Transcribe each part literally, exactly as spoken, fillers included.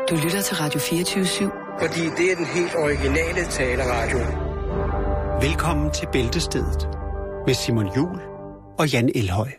Du lytter til Radio fireogtyve syv. Fordi det er den helt originale taleradio. Velkommen til Bæltestedet med Simon Juhl og Jan Elhøj.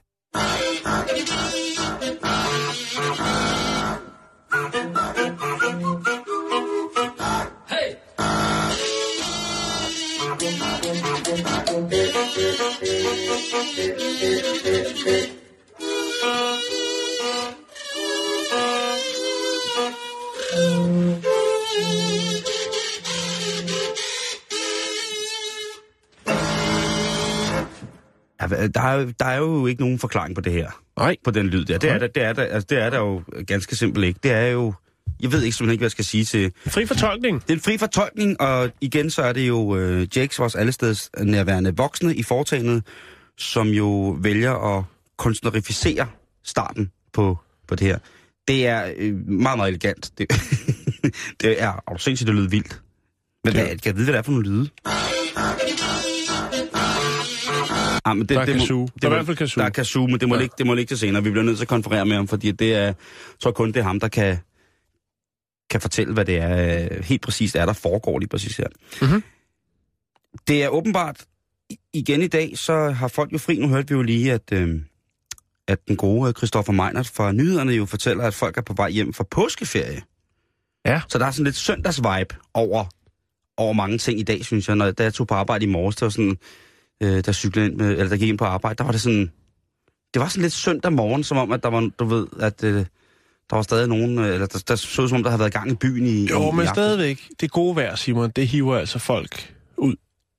Der er, der er jo ikke nogen forklaring på det her. Nej. På den lyd der. Det er der, det er der, altså, det er der jo ganske simpelt ikke. Det er jo... Jeg ved ikke simpelthen ikke, hvad jeg skal sige til... Fri fortolkning. Det er en fri fortolkning, og igen så er det jo uh, Jakes, vores allesteds nærværende voksne i foretagendet, som jo vælger at kunstnerificere starten på, på det her. Det er øh, meget, meget elegant. Det, det er... Og du sindssygt, det lyder vildt. Men hvad, kan jeg vide, hvad det er for nogle lyde? Ah, men det, der er det må, kazoo. Det der må, er i hvert fald kazoo. Der er kazoo, men det må, ja. ligge, det må ligge til senere. Vi bliver nødt til at konferere med ham, fordi det er, så kun det er ham, der kan, kan fortælle, hvad det er helt præcist er, der foregår lige præcis her. Mm-hmm. Det er åbenbart, igen i dag, så har folk jo fri. Nu hørte vi jo lige, at, øh, at den gode Christoffer Meinert fra nyhederne jo fortæller, at folk er på vej hjem fra påskeferie. Ja. Så der er sådan lidt søndagsvibe over, over mange ting i dag, synes jeg. Når, da jeg tog på arbejde i morges, det var sådan... Øh, der cyklede ind med, eller der gik ind på arbejde, der var det sådan, det var sådan lidt søndag morgen, som om, at der var, du ved, at øh, der var stadig nogen, øh, eller der, der så som om, der havde været gang i byen i Jo, i, men i stadigvæk, det gode vejr, Simon, det hiver altså folk ud.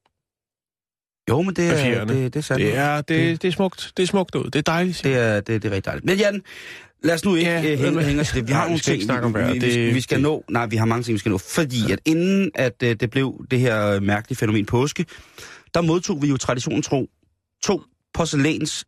Jo, men det er, det, det er sandt. Det er, det, det er smukt, det er smukt ud, det er dejligt. Simon. Det er, det, det er rigtig dejligt. Men Jan, lad os nu ikke ja, øh, hænge, hænge os det. Vi har nogle ting, vi, vi, vi, vi skal det... nå, nej, vi har mange ting, vi skal nå, fordi ja. at inden at øh, det blev det her mærkelige fænomen påske, der modtog vi jo traditionen tro to porcelæns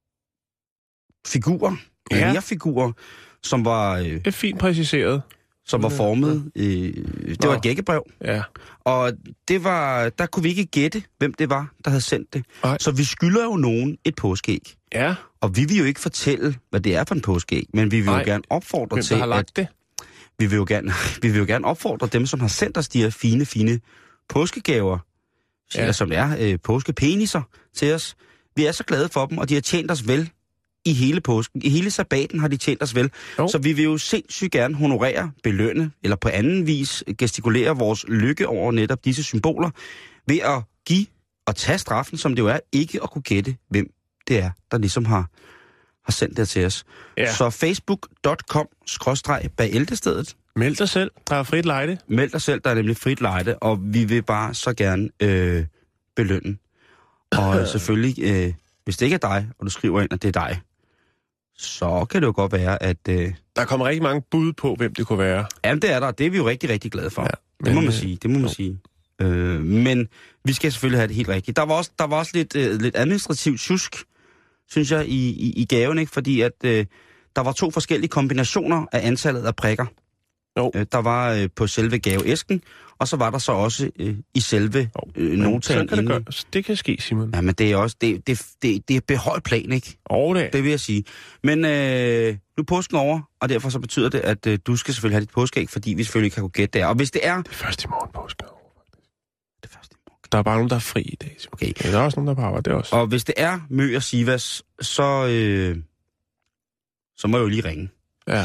figurer, ja. figurer, som var... Øh, det er fint præciseret. Som var formet. Øh, det Nå. var et gækkebrev. Ja. Og det var, der kunne vi ikke gætte, hvem det var, der havde sendt det. Ej. Så vi skylder jo nogen et påskeæg. Ja. Og vi vil jo ikke fortælle, hvad det er for en påskeæg, men vi vil Ej. jo gerne opfordre hvem, til, der har lagt at... det? Vi vil, jo gerne, vi vil jo gerne opfordre dem, som har sendt os de her fine, fine påskegaver, ja. som er øh, påskepeniser til os. Vi er så glade for dem, og de har tjent os vel i hele påsken. I hele sabbaten har de tjent os vel. Jo. Så vi vil jo sindssygt gerne honorere, belønne, eller på anden vis gestikulere vores lykke over netop disse symboler, ved at give og tage straffen, som det jo er, ikke at kunne gætte, hvem det er, der ligesom har, har sendt det til os. Ja. Så facebook punktum com skråstreg bæltestedet. Meld dig selv, der er frit lejde. Meld dig selv, der er nemlig frit lejde, og vi vil bare så gerne øh, belønne. Og selvfølgelig, øh, hvis det ikke er dig, og du skriver ind, at det er dig, så kan det jo godt være, at... Øh, der kommer rigtig mange bud på, hvem det kunne være. Jamen, det er der, det er vi jo rigtig, rigtig glade for. Ja, men, det må man sige, det må man jo. sige. Øh, men vi skal selvfølgelig have det helt rigtigt. Der var også, der var også lidt, øh, lidt administrativt tjusk, synes jeg, i, i, i gaven, ikke? Fordi at øh, der var to forskellige kombinationer af antallet af prikker. Jo. Øh, der var øh, på selve gaveæsken, og så var der så også øh, i selve øh, notaen. Det, gøre, det kan ske, Simon. Ja, men det er også, det, det, det, det er beholdt plan, ikke? Oh, det. det vil jeg sige. Men øh, nu er påsken over, og derfor så betyder det, at øh, du skal selvfølgelig have dit påskeæg, fordi vi selvfølgelig kan kunne gætte det. Og hvis det er... Det er først i morgen påsken over, faktisk. Det er først i morgen. Der er bare nogen, der er fri i dag. Simon. Okay. Ja, der er også nogen, der er på arbejde, det er også. Og hvis det er Mø og Sivas, så, øh, så må jeg jo lige ringe. Ja.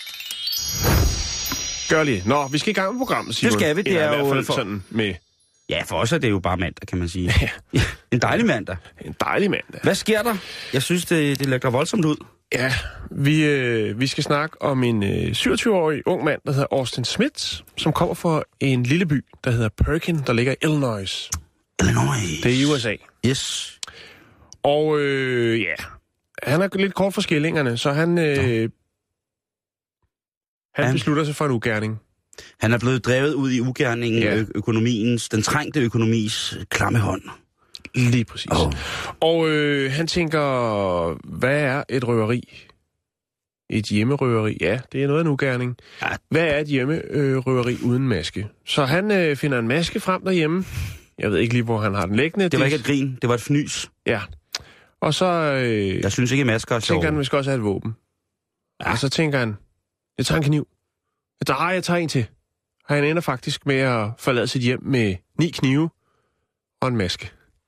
Gør lige. Nå, vi skal i gang med programmet, Simon. Det skal vi, det er, er jo... i hvert fald for... sådan med... Ja, for os er det jo bare mandag, kan man sige. Ja. En dejlig mandag. En dejlig mandag. Hvad sker der? Jeg synes, det, det lægger voldsomt ud. Ja, vi, øh, vi skal snakke om en øh, syvogtyve-årig ung mand, der hedder Austin Smith, som kommer fra en lille by, der hedder Perkin, der ligger i Illinois. Illinois. Det er i U S A. Yes. Og øh, ja, han er lidt kort for skillingerne, så han... Øh, Han beslutter sig for en ugerning. Han er blevet drevet ud i ugerningen, ja. ø- økonomiens, den trængte økonomis klamme hånd. Lige præcis. Oh. Og øh, han tænker, hvad er et røveri? Et hjemmerøveri? Ja, det er noget af en ugerning. Ja. Hvad er et hjemmerøveri uden maske? Så han øh, finder en maske frem derhjemme. Jeg ved ikke lige, hvor han har den liggende. Det var ikke et grin, det var et fnys. Ja. Og så... Øh, jeg synes ikke, masker er sjove. Tænker han, vi skal også have et våben. Ja. Og så tænker han, jeg tager en kniv. Der har jeg tager en til. Han ender faktisk med at forlade sit hjem med ni knive og en maske.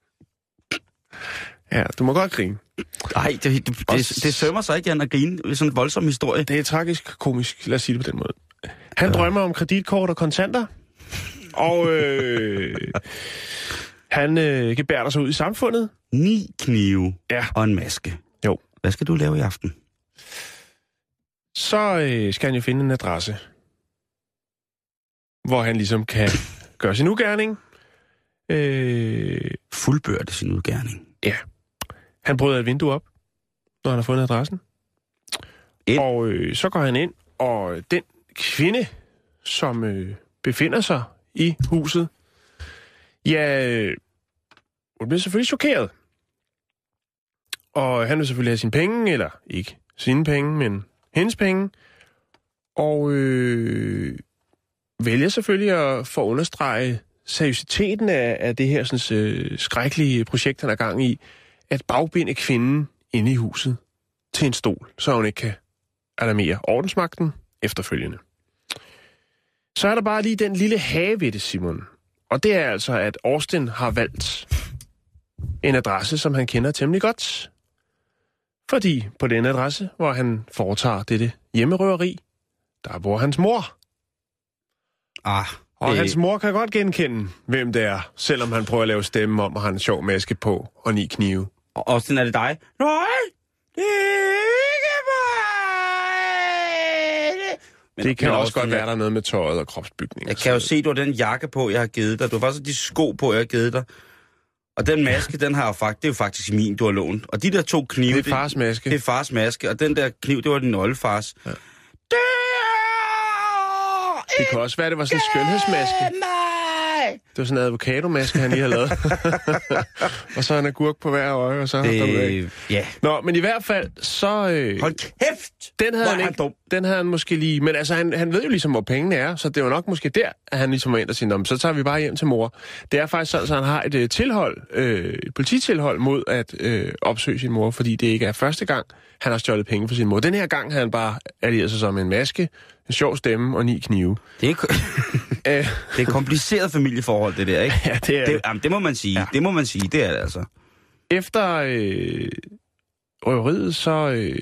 Ja, du må godt grine. Nej, det, det, det, det sømmer sig ikke, Jan, at grine ved sådan en voldsom historie. Det er tragisk komisk, lad os sige det på den måde. Han ja. drømmer om kreditkort og kontanter, og øh, han øh, gebærder sig ud i samfundet. Ni knive ja. og en maske. Jo. Hvad skal du lave i aften? Så øh, skal han jo finde en adresse, hvor han ligesom kan gøre sin ugerning. Øh, Fuldbørte sin udgerning. Ja. Han bryder et vindue op, når han har fundet adressen. Ind. Og øh, så går han ind, og den kvinde, som øh, befinder sig i huset, ja, øh, hun bliver selvfølgelig chokeret. Og han vil selvfølgelig have sine penge, eller ikke sine penge, men hendes penge. Og øh, vælger selvfølgelig at få understrege seriøsiteten af, af det her sådan, øh, skrækkelige projekt, han er gang i, at bagbinde kvinden inde i huset til en stol, så hun ikke kan alarmere ordensmagten efterfølgende. Så er der bare lige den lille hage ved det, Simon. Og det er altså, at Austin har valgt en adresse, som han kender temmelig godt. Fordi på den adresse, hvor han foretager dette hjemmerøveri, der bor hans mor. Ah, og det... hans mor kan godt genkende, hvem det er, selvom han prøver at lave stemme om, og har en sjov maske på og ni knive. Og Austin, er det dig? Nej, det er ikke mig! Men, det kan men også Austin, godt være, der er noget med tøjet og kropsbygningen. Jeg kan jo se, du har den jakke på, jeg har givet dig. Du har faktisk de sko på, jeg har givet dig. Og den maske, den har jo faktisk, det er jo faktisk min, du har lånt. Og de der to knive... Det er fars maske. Det er fars maske, og den der kniv, det var din oldefars. Ja. Det er Det kan også være, det var sådan en skønhedsmaske. Mig. Det var sådan en avocadomaske, han lige har lavet. Og så en agurk på hver øje, og så har det... Ja. Nå, men i hvert fald, så... Øh, Hold kæft! Den havde han, ikke, den havde han måske lige... Men altså, han, han ved jo ligesom, hvor pengene er, så det var nok måske der, at han ligesom var ind og sige, så tager vi bare hjem til mor. Det er faktisk sådan, at han har et øh, tilhold, øh, et polititilhold mod at øh, opsøge sin mor, fordi det ikke er første gang, han har stjålet penge for sin mor. Den her gang havde han bare allieret sig som en maske, en sjov stemme og ni knive. Det er, det er kompliceret familieforhold, det der, ikke? Ja, det er det. Jamen, det må man sige. Ja. Det må man sige, det er det altså. Efter øh, røveriet, så øh,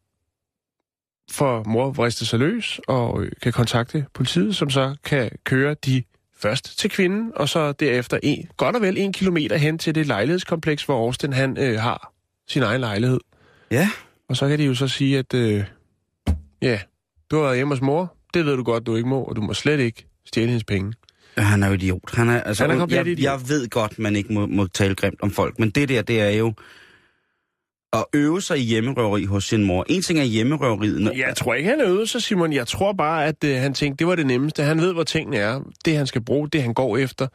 får mor vristet sig løs og øh, kan kontakte politiet, som så kan køre de først til kvinden, og så derefter en, godt og vel en kilometer hen til det lejlighedskompleks, hvor Austin han øh, har sin egen lejlighed. Ja. Og så kan de jo så sige, at øh, ja, du har været hjemme hos mor, det ved du godt, du ikke må, og du må slet ikke stjæle hendes penge. Han er jo idiot. Han er, altså, han er jeg, idiot. jeg ved godt, man ikke må, må tale grimt om folk, men det der, det er jo at øve sig i hjemmerøveri hos sin mor. En ting er hjemmerøveriet. Jeg tror ikke, han øvede sig, Simon. Jeg tror bare, at øh, han tænkte, det var det nemmeste. Han ved, hvor tingene er. Det, han skal bruge, det, han går efter.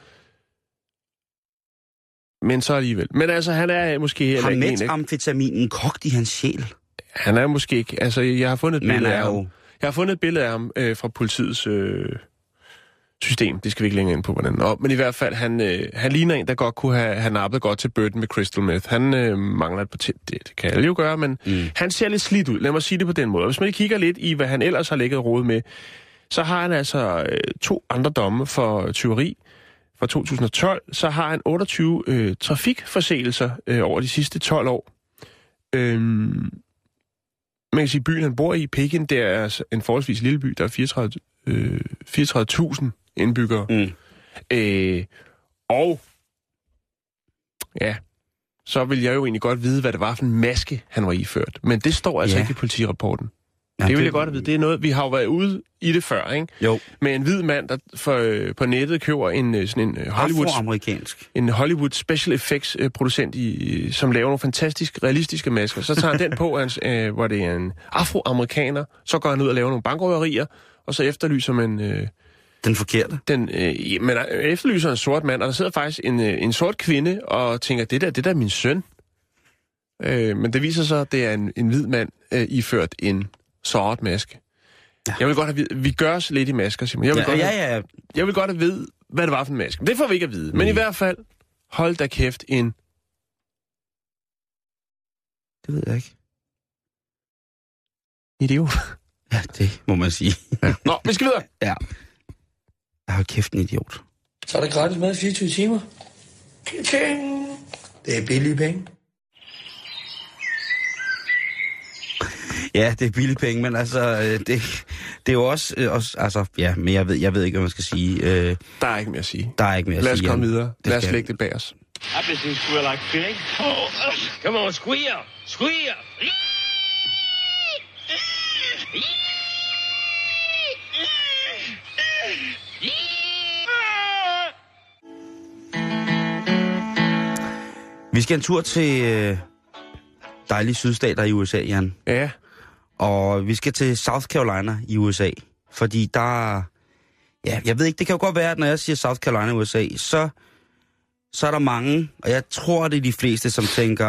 Men så alligevel. Men altså, han er måske heller ikke en, ikke? Har metamfetaminen kogt i hans sjæl? Han er måske ikke. Altså, jeg har fundet et billede af jo... ham. Jeg har fundet et billede af ham øh, fra politiets øh, system. Det skal vi ikke længere ind på, hvordan. Nå, men i hvert fald, han, øh, han ligner en, der godt kunne have, have nappet godt til bøtten med crystal meth. Han øh, mangler et patent. Det, det kan alle jo gøre, men mm. han ser lidt slidt ud. Lad mig sige det på den måde. Hvis man lige kigger lidt i, hvad han ellers har ligget råd med, så har han altså øh, to andre domme for tyveri. Fra to tusind og tolv, så har han otteogtyve øh, trafikforseelser øh, over de sidste tolv år. Øhm, man kan sige, at byen, han bor i, Pekin, det er en forholdsvis lille by. Der er fireogtredive tusind indbyggere. Mm. Øh, og ja, så vil jeg jo egentlig godt vide, hvad det var for en maske, han var iført. Men det står altså ja. ikke i politirapporten. Ja, det vil jeg godt vide. Det er noget, vi har jo været ude i det før, ikke? Jo. Med en hvid mand, der for, øh, på nettet køber en sådan en Hollywood... Afroamerikansk. En Hollywood special effects øh, producent, i, som laver nogle fantastisk realistiske masker. Så tager han den på, hans, øh, hvor det er en afroamerikaner. Så går han ud og laver nogle bankrøverier, og så efterlyser man... Øh, den forkerte? Den, øh, men efterlyser en sort mand, og der sidder faktisk en, øh, en sort kvinde og tænker, det der, det der er min søn. Øh, men det viser sig, at det er en, en hvid mand øh, iført en... sort maske. Ja. Jeg vil godt have vide, vi gør os lidt i masker, Simon. Jeg vil, ja, godt ja, have, ja. jeg vil godt have vide, hvad det var for en maske. Men det får vi ikke at vide. Men mm. i hvert fald, hold da kæft en... Det ved jeg ikke. Idiot. Ja, det må man sige. Ja. Nå, vi skal videre. Ja. Jeg har kæft en idiot. Så er det gratis mad i fireogtyve timer. Tjing. Det er billige penge. Ja, det er billige penge, men altså, det, det er jo også, også, altså, ja, men jeg ved, jeg ved ikke, hvad man skal sige. Der er ikke mere at sige. Der er ikke mere at Lad os sige. komme videre. Lad os lægge det bag os. I've been seeing squeal like filling. Oh, uh, come on, squeal, squeal. Vi skal en tur til øh, dejlige sydstater i U S A, Jan. Ja. Og vi skal til South Carolina i U S A. Fordi der... Ja, jeg ved ikke, det kan jo godt være, at når jeg siger South Carolina i U S A, så, så er der mange, og jeg tror, det er de fleste, som tænker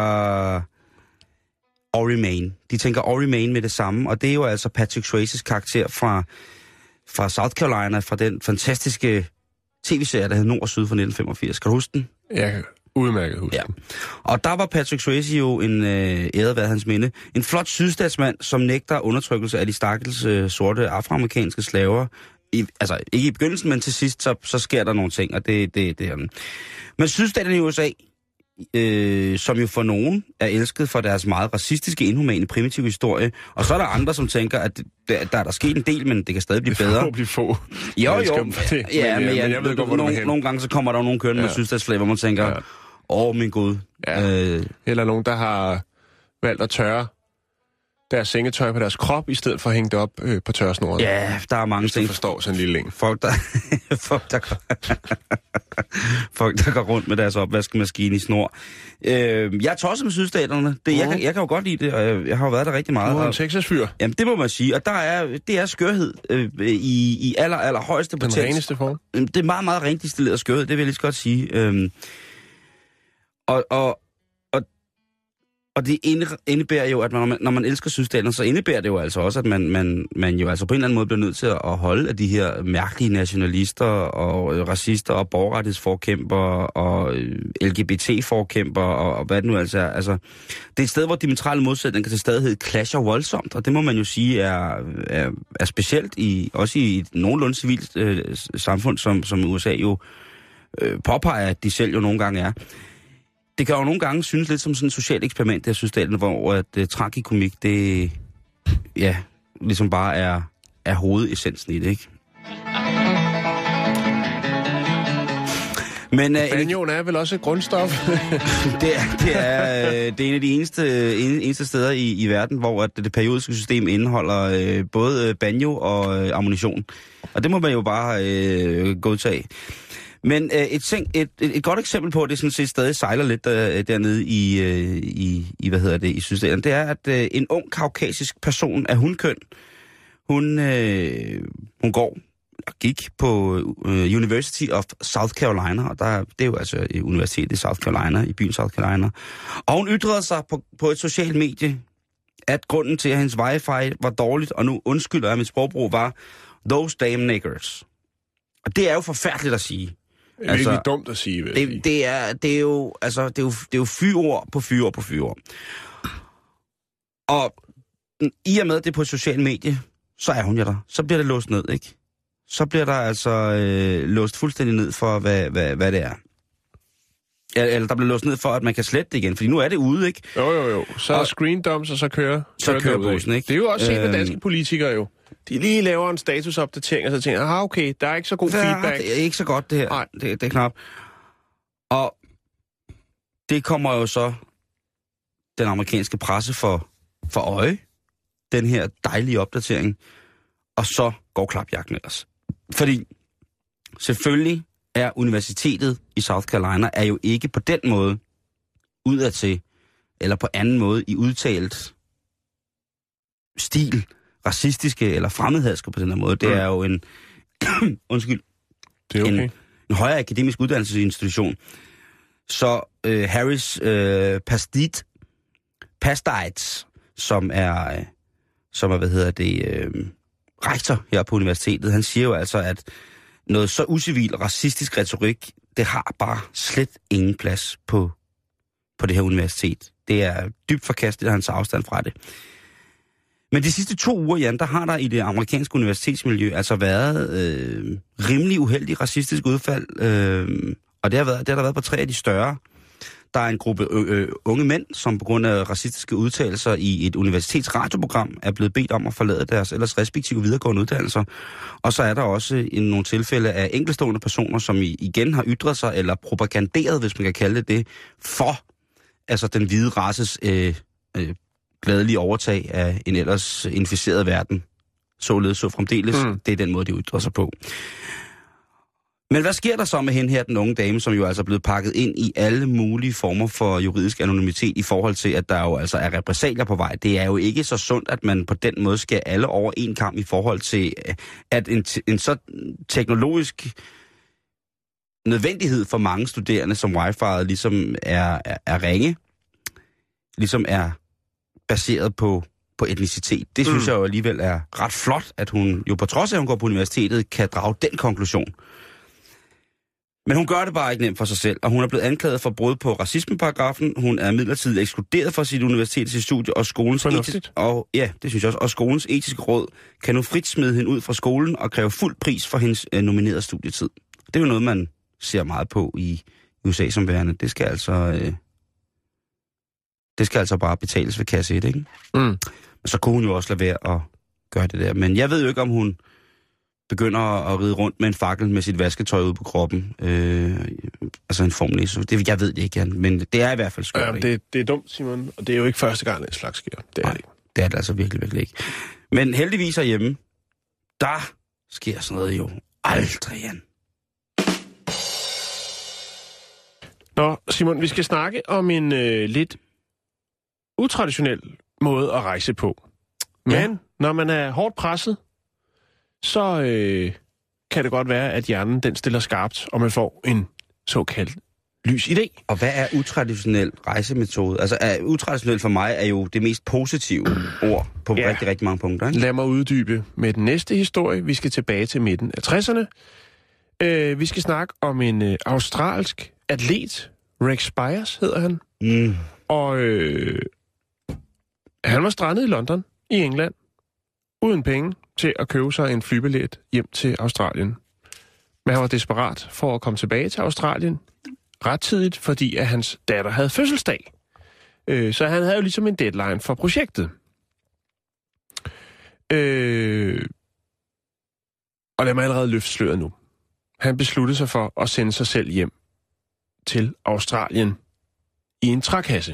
Ori Maine. De tænker Ori Maine med det samme, og det er jo altså Patrick Swayzes karakter fra, fra South Carolina, fra den fantastiske tv-serie, der hed Nord og Syd fra nitten femogfirs. Kan du huske den? Jeg kan udmærket huske Ja. den. Og der var Patrick Swayze jo en øh, æret hvad hans minde. En flot sydstatsmand, som nægter undertrykkelse af de stakkels øh, sorte afroamerikanske slaver. I, altså ikke i begyndelsen, men til sidst, så, så sker der nogle ting, og det, det, det er den. Men sydstaterne i U S A, øh, som jo for nogen er elsket for deres meget racistiske, inhumane, primitive historie, og så er der andre, som tænker, at der, der er der sket en del, men det kan stadig blive bedre. Det får blive få. Jo, Jeg jo. elsker dem for det. Ja, men, men, ja, men jeg ved godt, hvor du vil nogle, hen. nogle gange så kommer der jo nogle kørende Ja. med sydstatsflag, hvor man tænker, åh, Ja. oh, min gud. Ja. Øh, Eller nogen, der har valgt at tørre deres sengetøj på deres krop, i stedet for at hænge det op øh, på tørresnoren. ja, der er mange Hvis du ting. forstår sådan en lille en. Folk, der, folk, der går, folk, der går rundt med deres opvaskemaskine i snor. Øh, jeg er tosset med sydstaterne. Det, jeg, kan, jeg kan jo godt lide det, og jeg, jeg har jo været der rigtig meget. Du er en Og, Texas-fyr. jamen, det må man sige. Og der er, det er skørhed øh, i, i aller, aller højeste Den potens. reneste form. Det er meget, meget rent distilleret skørhed, det vil jeg lige så godt sige. Øh, og, og, og, og det indebærer jo, at man, når man elsker sydstaterne, så indebærer det jo altså også, at man, man, man jo altså på en eller anden måde bliver nødt til at holde af de her mærkelige nationalister og racister og borgerrettighedsforkæmpere og L G B T-forkæmpere og, og hvad det nu altså er. Altså, det er et sted, hvor diametrale modsætninger til stadighed clasher voldsomt, og det må man jo sige er, er, er specielt, i, også i et nogenlunde civilt øh, samfund, som, som U S A jo øh, påpeger, at de selv jo nogle gange er. Det kan jo nogle gange synes lidt som sådan et socialt eksperiment, jeg synes, det, hvor at, uh, tragikomik, det ja, ligesom bare er, er hovedessensen i det, ikke? Men uh, Banjoen er vel også et grundstof? det, er, det, er, uh, det er en af de eneste, en, eneste steder i, i verden, hvor at det periodiske system indeholder uh, både banjo og uh, ammunition. Og det må man jo bare uh, godtage. Men øh, et, ting, et, et, et godt eksempel på, at det sådan set stadig sejler lidt der, dernede i, øh, i, i, hvad hedder det, i sydstaterne, det er, at øh, en ung kaukasisk person af hunkøn, hun, øh, hun går og gik på øh, University of South Carolina, og der, det er jo altså universitetet i South Carolina, i byen South Carolina, og hun ytrede sig på, på et socialt medie, at grunden til, at hendes wifi var dårligt, og nu undskylder jeg mit sprogbrug, var those damn niggers. Og det er jo forfærdeligt at sige. Det er virkelig dumt at sige, vil jeg sige. Det, det, er, det, er jo, altså, det, er jo, det er jo fyord på fyord på fyord. Og i og med, at det er på et socialt medie, så er hun jo der. Så bliver det låst ned, ikke? Så bliver der altså øh, låst fuldstændig ned for, hvad, hvad, hvad det er. Eller der bliver låst ned for, at man kan slette det igen, fordi nu er det ude, ikke? Jo, jo, jo. Så er screen dumps, og så kører, så kører kører bussen, ikke? Det er jo også set med Øhm. danske politikere jo. De lige laver en statusopdatering, og så tænker ah, okay, der er ikke så god Ja, feedback. det er ikke så godt, det her. Nej. Det, det er knap. Og det kommer jo så den amerikanske presse for, for øje, den her dejlige opdatering, og så går klapjagten ellers. Fordi selvfølgelig er universitetet i South Carolina er jo ikke på den måde udadtil, eller på anden måde i udtalt stil, racistiske eller fremmedhadske på den her måde. Det er jo en, undskyld, Det er okay. en, en højere akademisk uddannelsesinstitution. Så øh, Harris øh, Pastit, Pastites, som er, øh, som er, hvad hedder det, øh, rektor her på universitetet, han siger jo altså, at noget så ucivil racistisk retorik, det har bare slet ingen plads på, på det her universitet. Det er dybt forkasteligt, at han tager afstand fra det. Men de sidste to uger, Jan, der har der i det amerikanske universitetsmiljø altså været øh, rimelig uheldig racistisk udfald. Øh, og det har, været, det har der været på tre af de større. Der er en gruppe øh, unge mænd, som på grund af racistiske udtalelser i et universitetsradioprogram er blevet bedt om at forlade deres ellers respektive videregående uddannelser. Og så er der også i nogle tilfælde af enkeltstående personer, som igen har ytret sig eller propaganderet, hvis man kan kalde det det, for altså den hvide races øh, øh, glædelige overtag af en ellers inficeret verden. Således så fremdeles. Mm. Det er den måde, de ytrer sig på. Men hvad sker der så med hende her, den unge dame, som jo altså er blevet pakket ind i alle mulige former for juridisk anonymitet i forhold til, at der jo altså er repressalier på vej? Det er jo ikke så sundt, at man på den måde skal alle over en kamp i forhold til, at en, en så teknologisk nødvendighed for mange studerende, som wifi'et ligesom er, er, er ringe, ligesom er baseret på, på etnicitet. Det synes mm. jeg jo alligevel er ret flot, at hun jo på trods af, at hun går på universitetet, kan drage den konklusion. Men hun gør det bare ikke nemt for sig selv, og hun er blevet anklaget for brud på racismeparagrafen. Hun er midlertidigt ekskluderet fra sit universitets studie, og skolens etisk, og ja, det synes jeg også, og skolens etiske råd kan nu frit smide hende ud fra skolen og kræve fuld pris for hendes øh, nominerede studietid. Det er jo noget, man ser meget på i U S A som værende. Det skal altså, øh, det skal altså bare betales ved kasse et, ikke? Mm. Men så kunne hun jo også lade være at gøre det der. Men jeg ved jo ikke, om hun begynder at ride rundt med en fakkel med sit vasketøj ude på kroppen. Øh, altså en formel. Det, jeg ved det ikke, Jan, men det er i hvert fald skørt. Ja, det, det er dumt, Simon, og det er jo ikke første gang, det slags sker. Det er Nej, det ikke. Det er det altså virkelig, virkelig ikke. Men heldigvis herhjemme, der sker sådan noget jo aldrig, Jan. Nå, Simon, vi skal snakke om en øh, lidt utraditionel måde at rejse på. Men ja. Når man er hårdt presset, så øh, kan det godt være, at hjernen den stiller skarpt, og man får en såkaldt lys idé. Og hvad er utraditionel rejsemetode? Altså, er, utraditionel for mig er jo det mest positive ord på ja. rigtig, rigtig mange punkter. Ikke? Lad mig uddybe med den næste historie. Vi skal tilbage til midten af tresserne. Øh, vi skal snakke om en øh, australsk atlet. Rex Spires hedder han. Mm. Og øh, han var strandet i London, i England, uden penge til at købe sig en flybillet hjem til Australien. Men han var desperat for at komme tilbage til Australien ret tidligt, fordi at hans datter havde fødselsdag. Øh, så han havde jo ligesom en deadline for projektet. Øh, og lad mig allerede løfte sløret nu. Han besluttede sig for at sende sig selv hjem til Australien i en trækasse.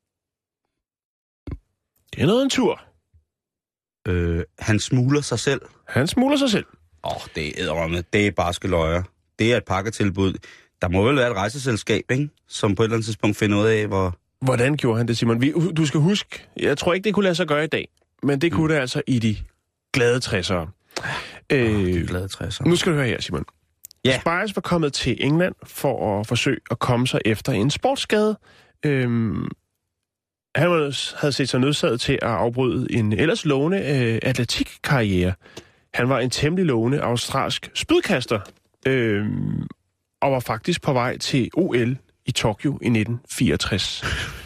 Det er noget en tur. Øh, han smugler sig selv. Han smugler sig selv. Åh, oh, det er edderrømme. Det er barske løjer. Det er et pakketilbud. Der må vel være et rejseselskab, ikke? Som på et eller andet tidspunkt finder ud af, hvor... Hvordan gjorde han det, Simon? Vi, du skal huske, jeg tror ikke, det kunne lade sig gøre i dag, men det kunne mm. det altså i de glade tressere. Øh, oh, de glade tressere. Nu skal du høre her, Simon. Ja. Spires var kommet til England for at forsøge at komme sig efter en sportsskade. Øhm, han havde set sig nødsaget til at afbryde en ellers lovende øh, atletikkarriere. Han var en temmelig lovende australsk spydkaster, øh, og var faktisk på vej til O L i Tokyo i nitten fireogtres.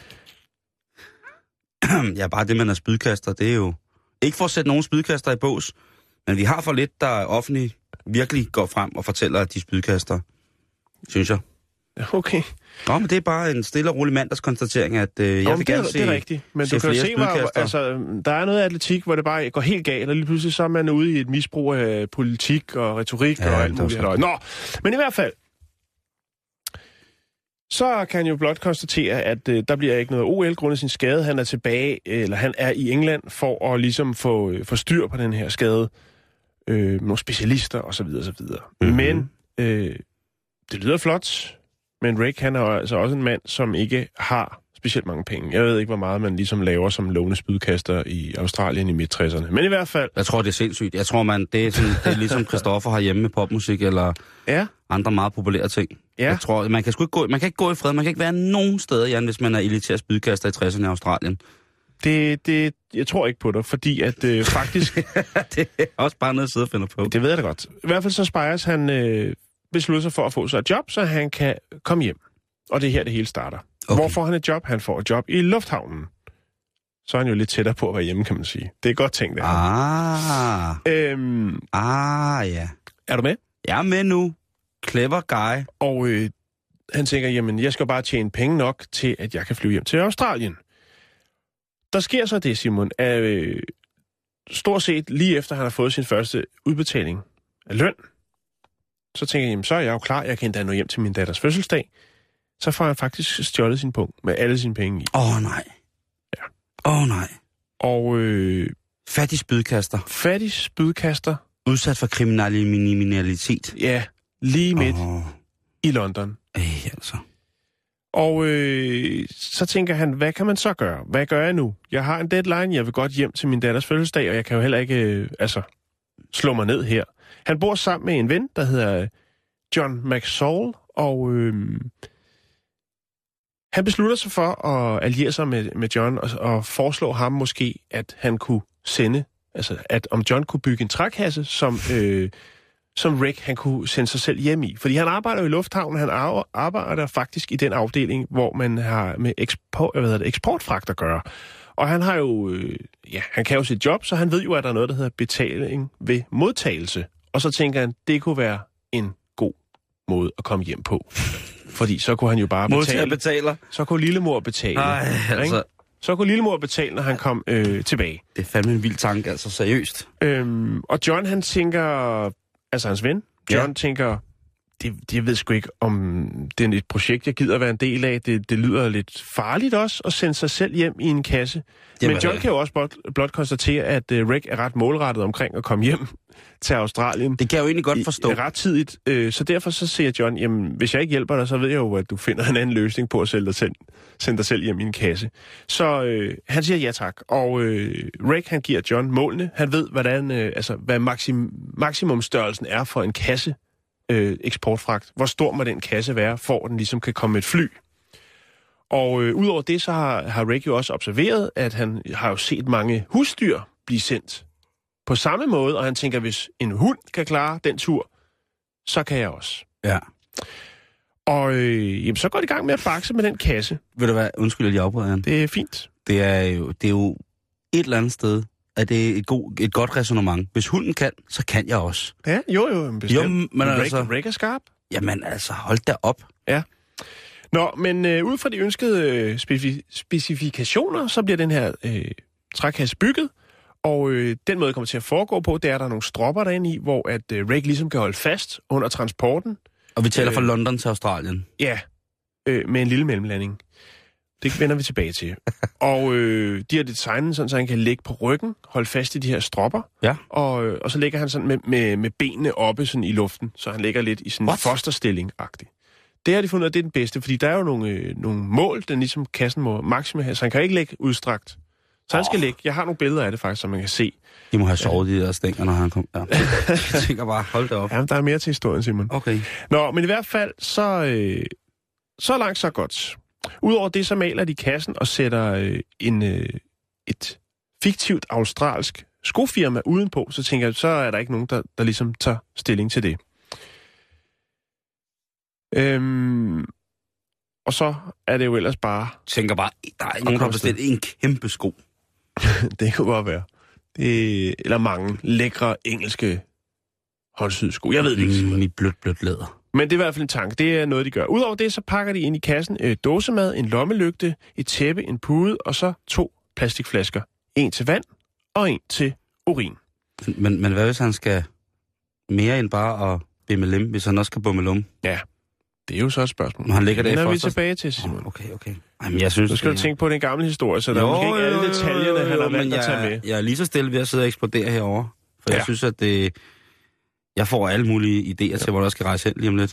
Ja, bare det, man er spydkaster, det er jo... Ikke for at sætte nogen spydkaster i bås, men vi har for lidt, der offentligt virkelig går frem og fortæller, at de spydkaster, synes jeg. Okay. Nå, men det er bare en stille og rolig mandagskonstatering, at øh, jeg Nå, vil det gerne er, se det er rigtigt. Men du kan jo se, hvor, altså, der er noget atletik, hvor det bare går helt galt, og lige pludselig så er man ude i et misbrug af politik og retorik ja, og alt muligt. Nå, men i hvert fald, så kan jeg jo blot konstatere, at øh, der bliver ikke noget O L grundet sin skade. Han er tilbage, eller han er i England for at ligesom få, øh, få styr på den her skade. Øh, nogle specialister osv. osv. Mm-hmm. Men øh, det lyder flot. Men Rick, han er altså også en mand, som ikke har specielt mange penge. Jeg ved ikke, hvor meget man ligesom laver som lovende spydkaster i Australien i midt-tresserne. Men i hvert fald... Jeg tror, det er sindssygt. Jeg tror, man, det, er sådan, det er ligesom Christoffer har hjemme med popmusik eller ja. andre meget populære ting. Ja. Jeg tror, man kan, sgu ikke gå, man kan ikke gå i fred. Man kan ikke være nogen steder, Jan, hvis man er elitær spydkaster i tresserne i Australien. Det, det, jeg tror ikke på dig, fordi at øh, faktisk... det er også bare noget at sidde og finde på. Det ved jeg da godt. I hvert fald så Spires, han... Øh, beslutter sig for at få sig et job, så han kan komme hjem. Og det er her, det hele starter. Okay. Hvor får han et job? Han får et job i lufthavnen. så er han jo lidt tættere på at være hjemme, kan man sige. Det er godt tænkt, det her. Ah. Øhm, Ah, ja. er du med? Jeg er med nu. Clever guy. Og øh, han tænker, jamen, jeg skal bare tjene penge nok til, at jeg kan flyve hjem til Australien. Der sker så det, Simon, at øh, stort set lige efter han har fået sin første udbetaling af løn, så tænker jeg, jamen, så er jeg jo klar, jeg kan endda nå hjem til min datters fødselsdag. Så får han faktisk stjålet sin punkt med alle sine penge i. Åh, oh, nej. Ja. Åh, oh, nej. Og øh, Fattig spydkaster. fattig spydkaster, Udsat for kriminalitet. ja, lige midt Åh, i London. øh, altså. Og øh, så tænker han, hvad kan man så gøre? Hvad gør jeg nu? Jeg har en deadline, jeg vil godt hjem til min datters fødselsdag, og jeg kan jo heller ikke øh, altså, slå mig ned her. Han bor sammen med en ven, der hedder John McSaul, og øh, han beslutter sig for at alliere sig med, med John og, og foreslå ham måske, at han kunne sende, altså at om John kunne bygge en trækasse, som... Øh, som Rick han kunne sende sig selv hjem i. Fordi han arbejder jo i lufthavnen, han arbejder faktisk i den afdeling, hvor man har med eksport, hvad hedder det, eksportfragt at gøre. Og han har jo, øh, ja, han kan jo sit job, så han ved jo, at der er noget, der hedder betaling ved modtagelse. Og så tænker han, det kunne være en god måde at komme hjem på. Fordi så kunne han jo bare betale. Modtager betaler. Så kunne lillemor betale. Nej, altså. Så kunne lillemor betale, når han kom øh, tilbage. Det er fandme en vild tanke, altså seriøst. Øhm, og John, han tænker... Altså hans ven, John, ja. tænker, det, det, jeg ved sgu ikke, om det er et projekt, jeg gider være en del af. Det, det lyder lidt farligt også, at sende sig selv hjem i en kasse. Jamen, men John øh... kan jo også blot, blot konstatere, at uh, Rick er ret målrettet omkring at komme hjem til Australien. Det kan jeg jo egentlig godt forstå. I, ret tidigt. Øh, så derfor så siger John, jamen, hvis jeg ikke hjælper dig, så ved jeg jo, at du finder en anden løsning på at sende dig selv, sende dig selv hjem i en kasse. Så øh, han siger ja tak. Og øh, Rick, han giver John målene. Han ved, hvordan, øh, altså, hvad maksim, maksimumstørrelsen er for en kasse øh, eksportfragt. Hvor stor må den kasse være, for at den ligesom kan komme med et fly. Og øh, udover det, så har, har Rick jo også observeret, at han har jo set mange husdyr blive sendt på samme måde, og han tænker, hvis en hund kan klare den tur, så kan jeg også. Ja. Og øh, jamen, så går det i gang med at bakse med den kasse. Ved du hvad? Undskyld, at jeg afbryder, Jan. Det er fint. Det er jo, det er jo et eller andet sted, at det er et, god, et godt ræsonnement. Hvis hunden kan, så kan jeg også. Ja, jo, jo, bestemt. Jo, men Rick, altså... Rick er skarp. Jamen altså, hold da op. Ja. Nå, men øh, ud fra de ønskede øh, specif- specifikationer, så bliver den her øh, trækasse bygget. Og øh, den måde, det kommer til at foregå på, det er, at der er nogle stropper derinde i, hvor at øh, Rick ligesom kan holde fast under transporten. Og vi taler øh, fra London til Australien. Ja, øh, med en lille mellemlanding. Det vender vi tilbage til. Og øh, de har designet sådan, så han kan ligge på ryggen, holde fast i de her stropper. Ja. Og, øh, og så ligger han sådan med, med, med benene oppe sådan i luften, så han ligger lidt i sådan en fosterstilling-agtig. Det har de fundet ud af, det er den bedste, fordi der er jo nogle, øh, nogle mål, den ligesom kassen må maksimum have, så han kan ikke ligge udstrakt. Så han skal oh. ligge. Jeg har nogle billeder af det faktisk, som man kan se. De må have sovet de der stænger, når han kom. Ja. Jeg tænker bare, hold da op. Ja, der er mere til historien, Simon. Okay. Nå, men i hvert fald, så, øh, så langt, så godt. Udover det, så maler de kassen og sætter øh, en, øh, et fiktivt australsk skofirma udenpå. Så tænker jeg, så er der ikke nogen, der, der ligesom tager stilling til det. Øhm, og så er det jo ellers bare... Jeg tænker bare, der er ikke nogen, der har bestilt en kæmpe sko. Det kunne godt være. Det, eller mange lækre engelske håndsyede sko. Jeg ved det ikke. Mm, i blødt, blødt læder. Men det er i hvert fald en tanke. Det er noget, de gør. Udover det, så pakker de ind i kassen øh, dåsemad, en lommelygte, et tæppe, en pude, og så to plastikflasker. En til vand, og en til urin. Men, men hvad hvis han skal mere end bare at bimmelem, hvis han også skal bummelum? Ja, det er jo så et spørgsmål. Men han ligger der i foster... vi tilbage til, Simon. Oh, okay, okay. Ej, men jeg synes, nu skal det... du tænke på den gamle historie, så der jo, er måske ikke alle detaljerne, han har valgt at tage med. Jeg er lige så stille ved at sidde og eksplodere herovre. For ja. Jeg synes, at det... Jeg får alle mulige idéer til, hvor der skal rejse hen lige om lidt.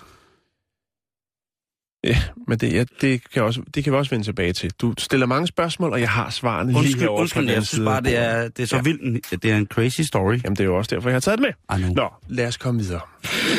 Ja, men det, ja, det, kan også, det kan vi også vende tilbage til. Du stiller mange spørgsmål, og jeg har svarene undskyld, lige herovre. Undskyld, jeg synes bare, det er, det er så ja. vildt. Det er en crazy story. Jamen, det er jo også derfor, jeg har taget det med. Nå, lad os komme videre.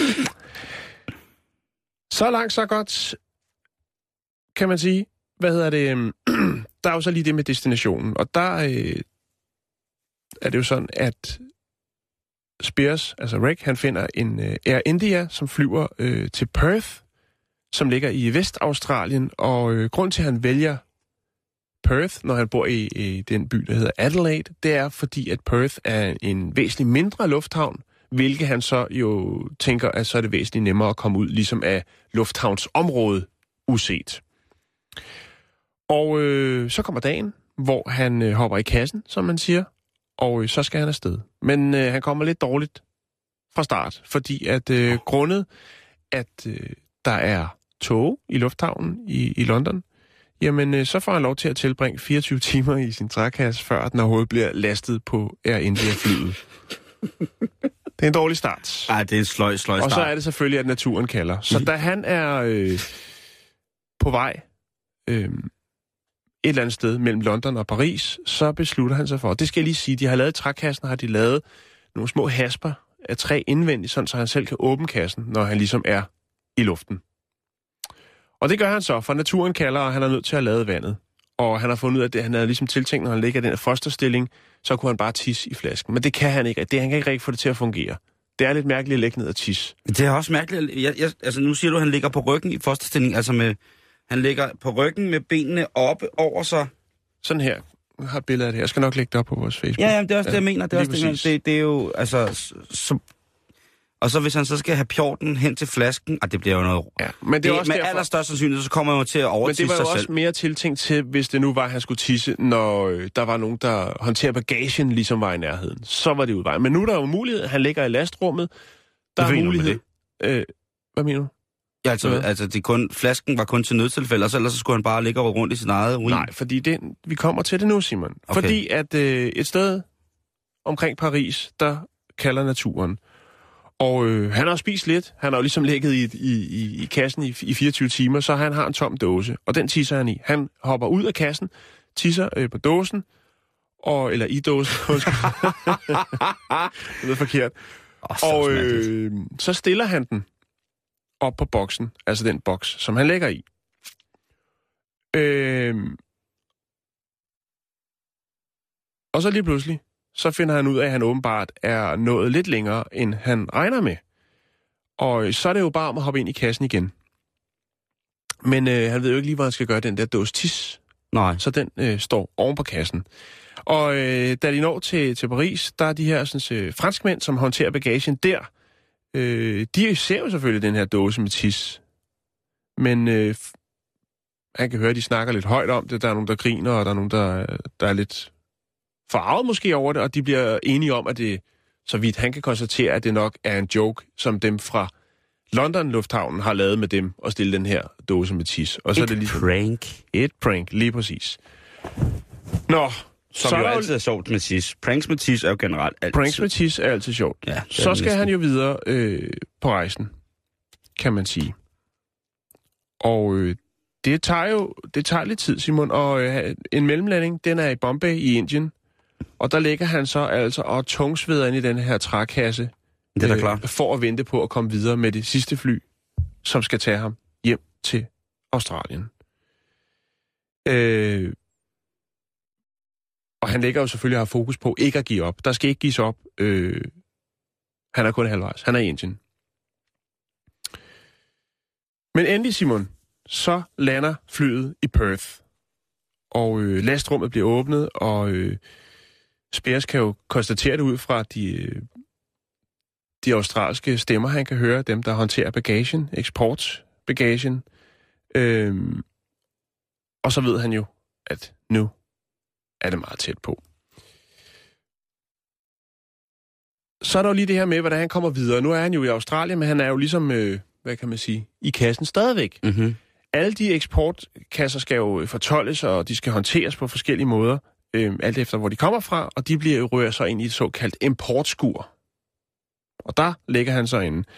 Så langt, så godt, kan man sige. Hvad hedder det? Der er jo så lige det med destinationen. Og der øh, er det jo sådan, at Spears, altså Rick, han finder en øh, Air India, som flyver øh, til Perth, som ligger i Vestaustralien. Og øh, grund til, at han vælger Perth, når han bor i, i den by, der hedder Adelaide, det er fordi, at Perth er en væsentligt mindre lufthavn, hvilket han så jo tænker, at så er det væsentligt nemmere at komme ud, ligesom af lufthavnsområdet uset. Og øh, så kommer dagen, hvor han øh, hopper i kassen, som man siger, og øh, så skal han afsted. Men øh, han kommer lidt dårligt fra start, fordi at øh, grundet, at øh, der er tog i lufthavnen i, i London, jamen øh, så får han lov til at tilbringe fireogtyve timer i sin trækasse, før den overhovedet bliver lastet på Air India-flyet. Det er en dårlig start. Ej, det er en sløj, sløj start. Og så er det selvfølgelig, at naturen kalder. Så da han er øh, på vej øh, et eller andet sted mellem London og Paris, så beslutter han sig for, det skal jeg lige sige, de har lavet trækassen, har de lavet nogle små hasper af træ indvendigt, sådan, så han selv kan åbne kassen, når han ligesom er i luften. Og det gør han så, for naturen kalder, og han er nødt til at lade vandet. Og han har fundet ud af, at han havde ligesom tiltænkt, når han ligger i den her fosterstilling, så kunne han bare tisse i flasken. Men det kan han ikke. Det, han kan ikke rigtig få det til at fungere. Det er lidt mærkeligt at lægge ned og tisse. Det er også mærkeligt. Jeg, jeg, altså nu siger du, at han ligger på ryggen i fosterstilling. Altså med, han ligger på ryggen med benene oppe over sig. Sådan her. Jeg har et billede af det. Jeg skal nok lægge det op på vores Facebook. Ja, jamen, det er også ja, det, jeg mener. Det er, også det, det, det er jo, altså... Så, og så hvis han så skal have pjorten hen til flasken, og det bliver jo noget... Ja, men det er det, også med derfor... allerstørst sandsynlighed, så kommer han jo til at overtisse sig selv. Men det var jo også mere tiltænkt til, hvis det nu var, at han skulle tisse, når øh, der var nogen, der håndterer bagagen, ligesom var i nærheden. Så var det udvejen. Men nu er der jo mulighed. Han ligger i lastrummet. Der er mulighed... Øh, hvad mener du? Ja, altså, ja. altså det kun, flasken var kun til nødstilfælde, og så ellers så skulle han bare ligge og rundt i sin eget urin. Nej, fordi det, vi kommer til det nu, Simon. Okay. Fordi at øh, et sted omkring Paris, der kalder naturen. Og øh, han har spist lidt. Han har jo ligesom ligget i, i, i, i kassen i, i fireogtyve timer, så han har en tom dåse. Og den tisser han i. Han hopper ud af kassen, tisser øh, på dåsen, og, eller i dåsen. Det er forkert. Oh, så og øh, så stiller han den op på boksen, altså den boks, som han lægger i. Øh, og så lige pludselig, så finder han ud af, at han åbenbart er nået lidt længere, end han regner med. Og så er det jo bare om at hoppe ind i kassen igen. Men øh, han ved jo ikke lige, hvor han skal gøre den der dåse tis. Nej. Så den øh, står oven på kassen. Og øh, da de når til, til Paris, der er de her sådan, øh, franskmænd, som håndterer bagagen der. Øh, de ser jo selvfølgelig den her dåse med tis. Men øh, han kan høre, at de snakker lidt højt om det. Der er nogen, der griner, og der er nogen, der, der er lidt forarvet måske over det. Og de bliver enige om, at det, så vidt han kan konstatere, at det nok er en joke, som dem fra London Lufthavnen har lavet med dem og stille den her dåse med tis. Og så et er det ligesom, prank. Et prank, lige præcis. Nå, som så jo altid er sjovt med tis. Pranks med tis er jo generelt altid. Pranks med tis er altid sjovt. Ja, så skal næsten. Han jo videre øh, på rejsen, kan man sige. Og øh, det tager jo det tager lidt tid, Simon. Og øh, en mellemlanding, den er i Bombay i Indien. Og der ligger han så altså og tungsveder ind i den her trækasse. Det er da klart. Øh, for at vente på at komme videre med det sidste fly, som skal tage ham hjem til Australien. Øh, og han lægger jo selvfølgelig at have fokus på ikke at give op. Der skal ikke gives op. Øh, han er kun halvvejs. Han er i Indien. Men endelig, Simon, så lander flyet i Perth. Og øh, lastrummet bliver åbnet, og øh, Spears kan jo konstatere det ud fra de... Øh, de australske stemmer, han kan høre, dem, der håndterer bagagen, eksportbagagen. Øhm, og så ved han jo, at nu er det meget tæt på. Så er der jo lige det her med, hvordan han kommer videre. Nu er han jo i Australien, men han er jo ligesom, øh, hvad kan man sige, i kassen stadigvæk. Mm-hmm. Alle de eksportkasser skal jo fortoldes, og de skal håndteres på forskellige måder, øh, alt efter hvor de kommer fra, og de bliver jo rører så ind i et såkaldt importskur. Og der ligger han så inde.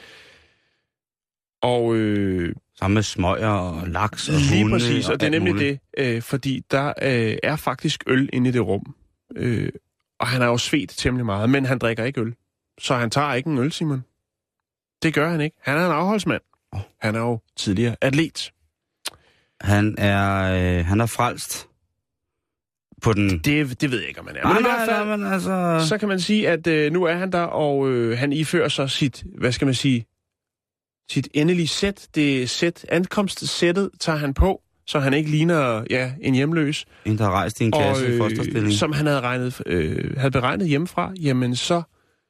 Og øh, sammen med smøger og laks og lige hunde. Præcis, og, og det er nemlig muligt. det, øh, fordi der øh, er faktisk øl inde i det rum. Øh, og han har jo svedt temmelig meget, men han drikker ikke øl. Så han tager ikke en øl, Simon. Det gør han ikke. Han er en afholdsmand. Han er jo tidligere atlet. Han er, øh, han er frelst. På den... Det, det ved jeg ikke, om han er. Nej, men nej, i hvert fald, nej, men altså... så kan man sige, at øh, nu er han der, og øh, han ifører sig sit, hvad skal man sige, sit endelige sæt. Det sæt, ankomstsættet tager han på, så han ikke ligner ja, en hjemløs. En, der har rejst i en klasse og, i fosterstilling. Som han havde, regnet, øh, havde beregnet hjemmefra, jamen så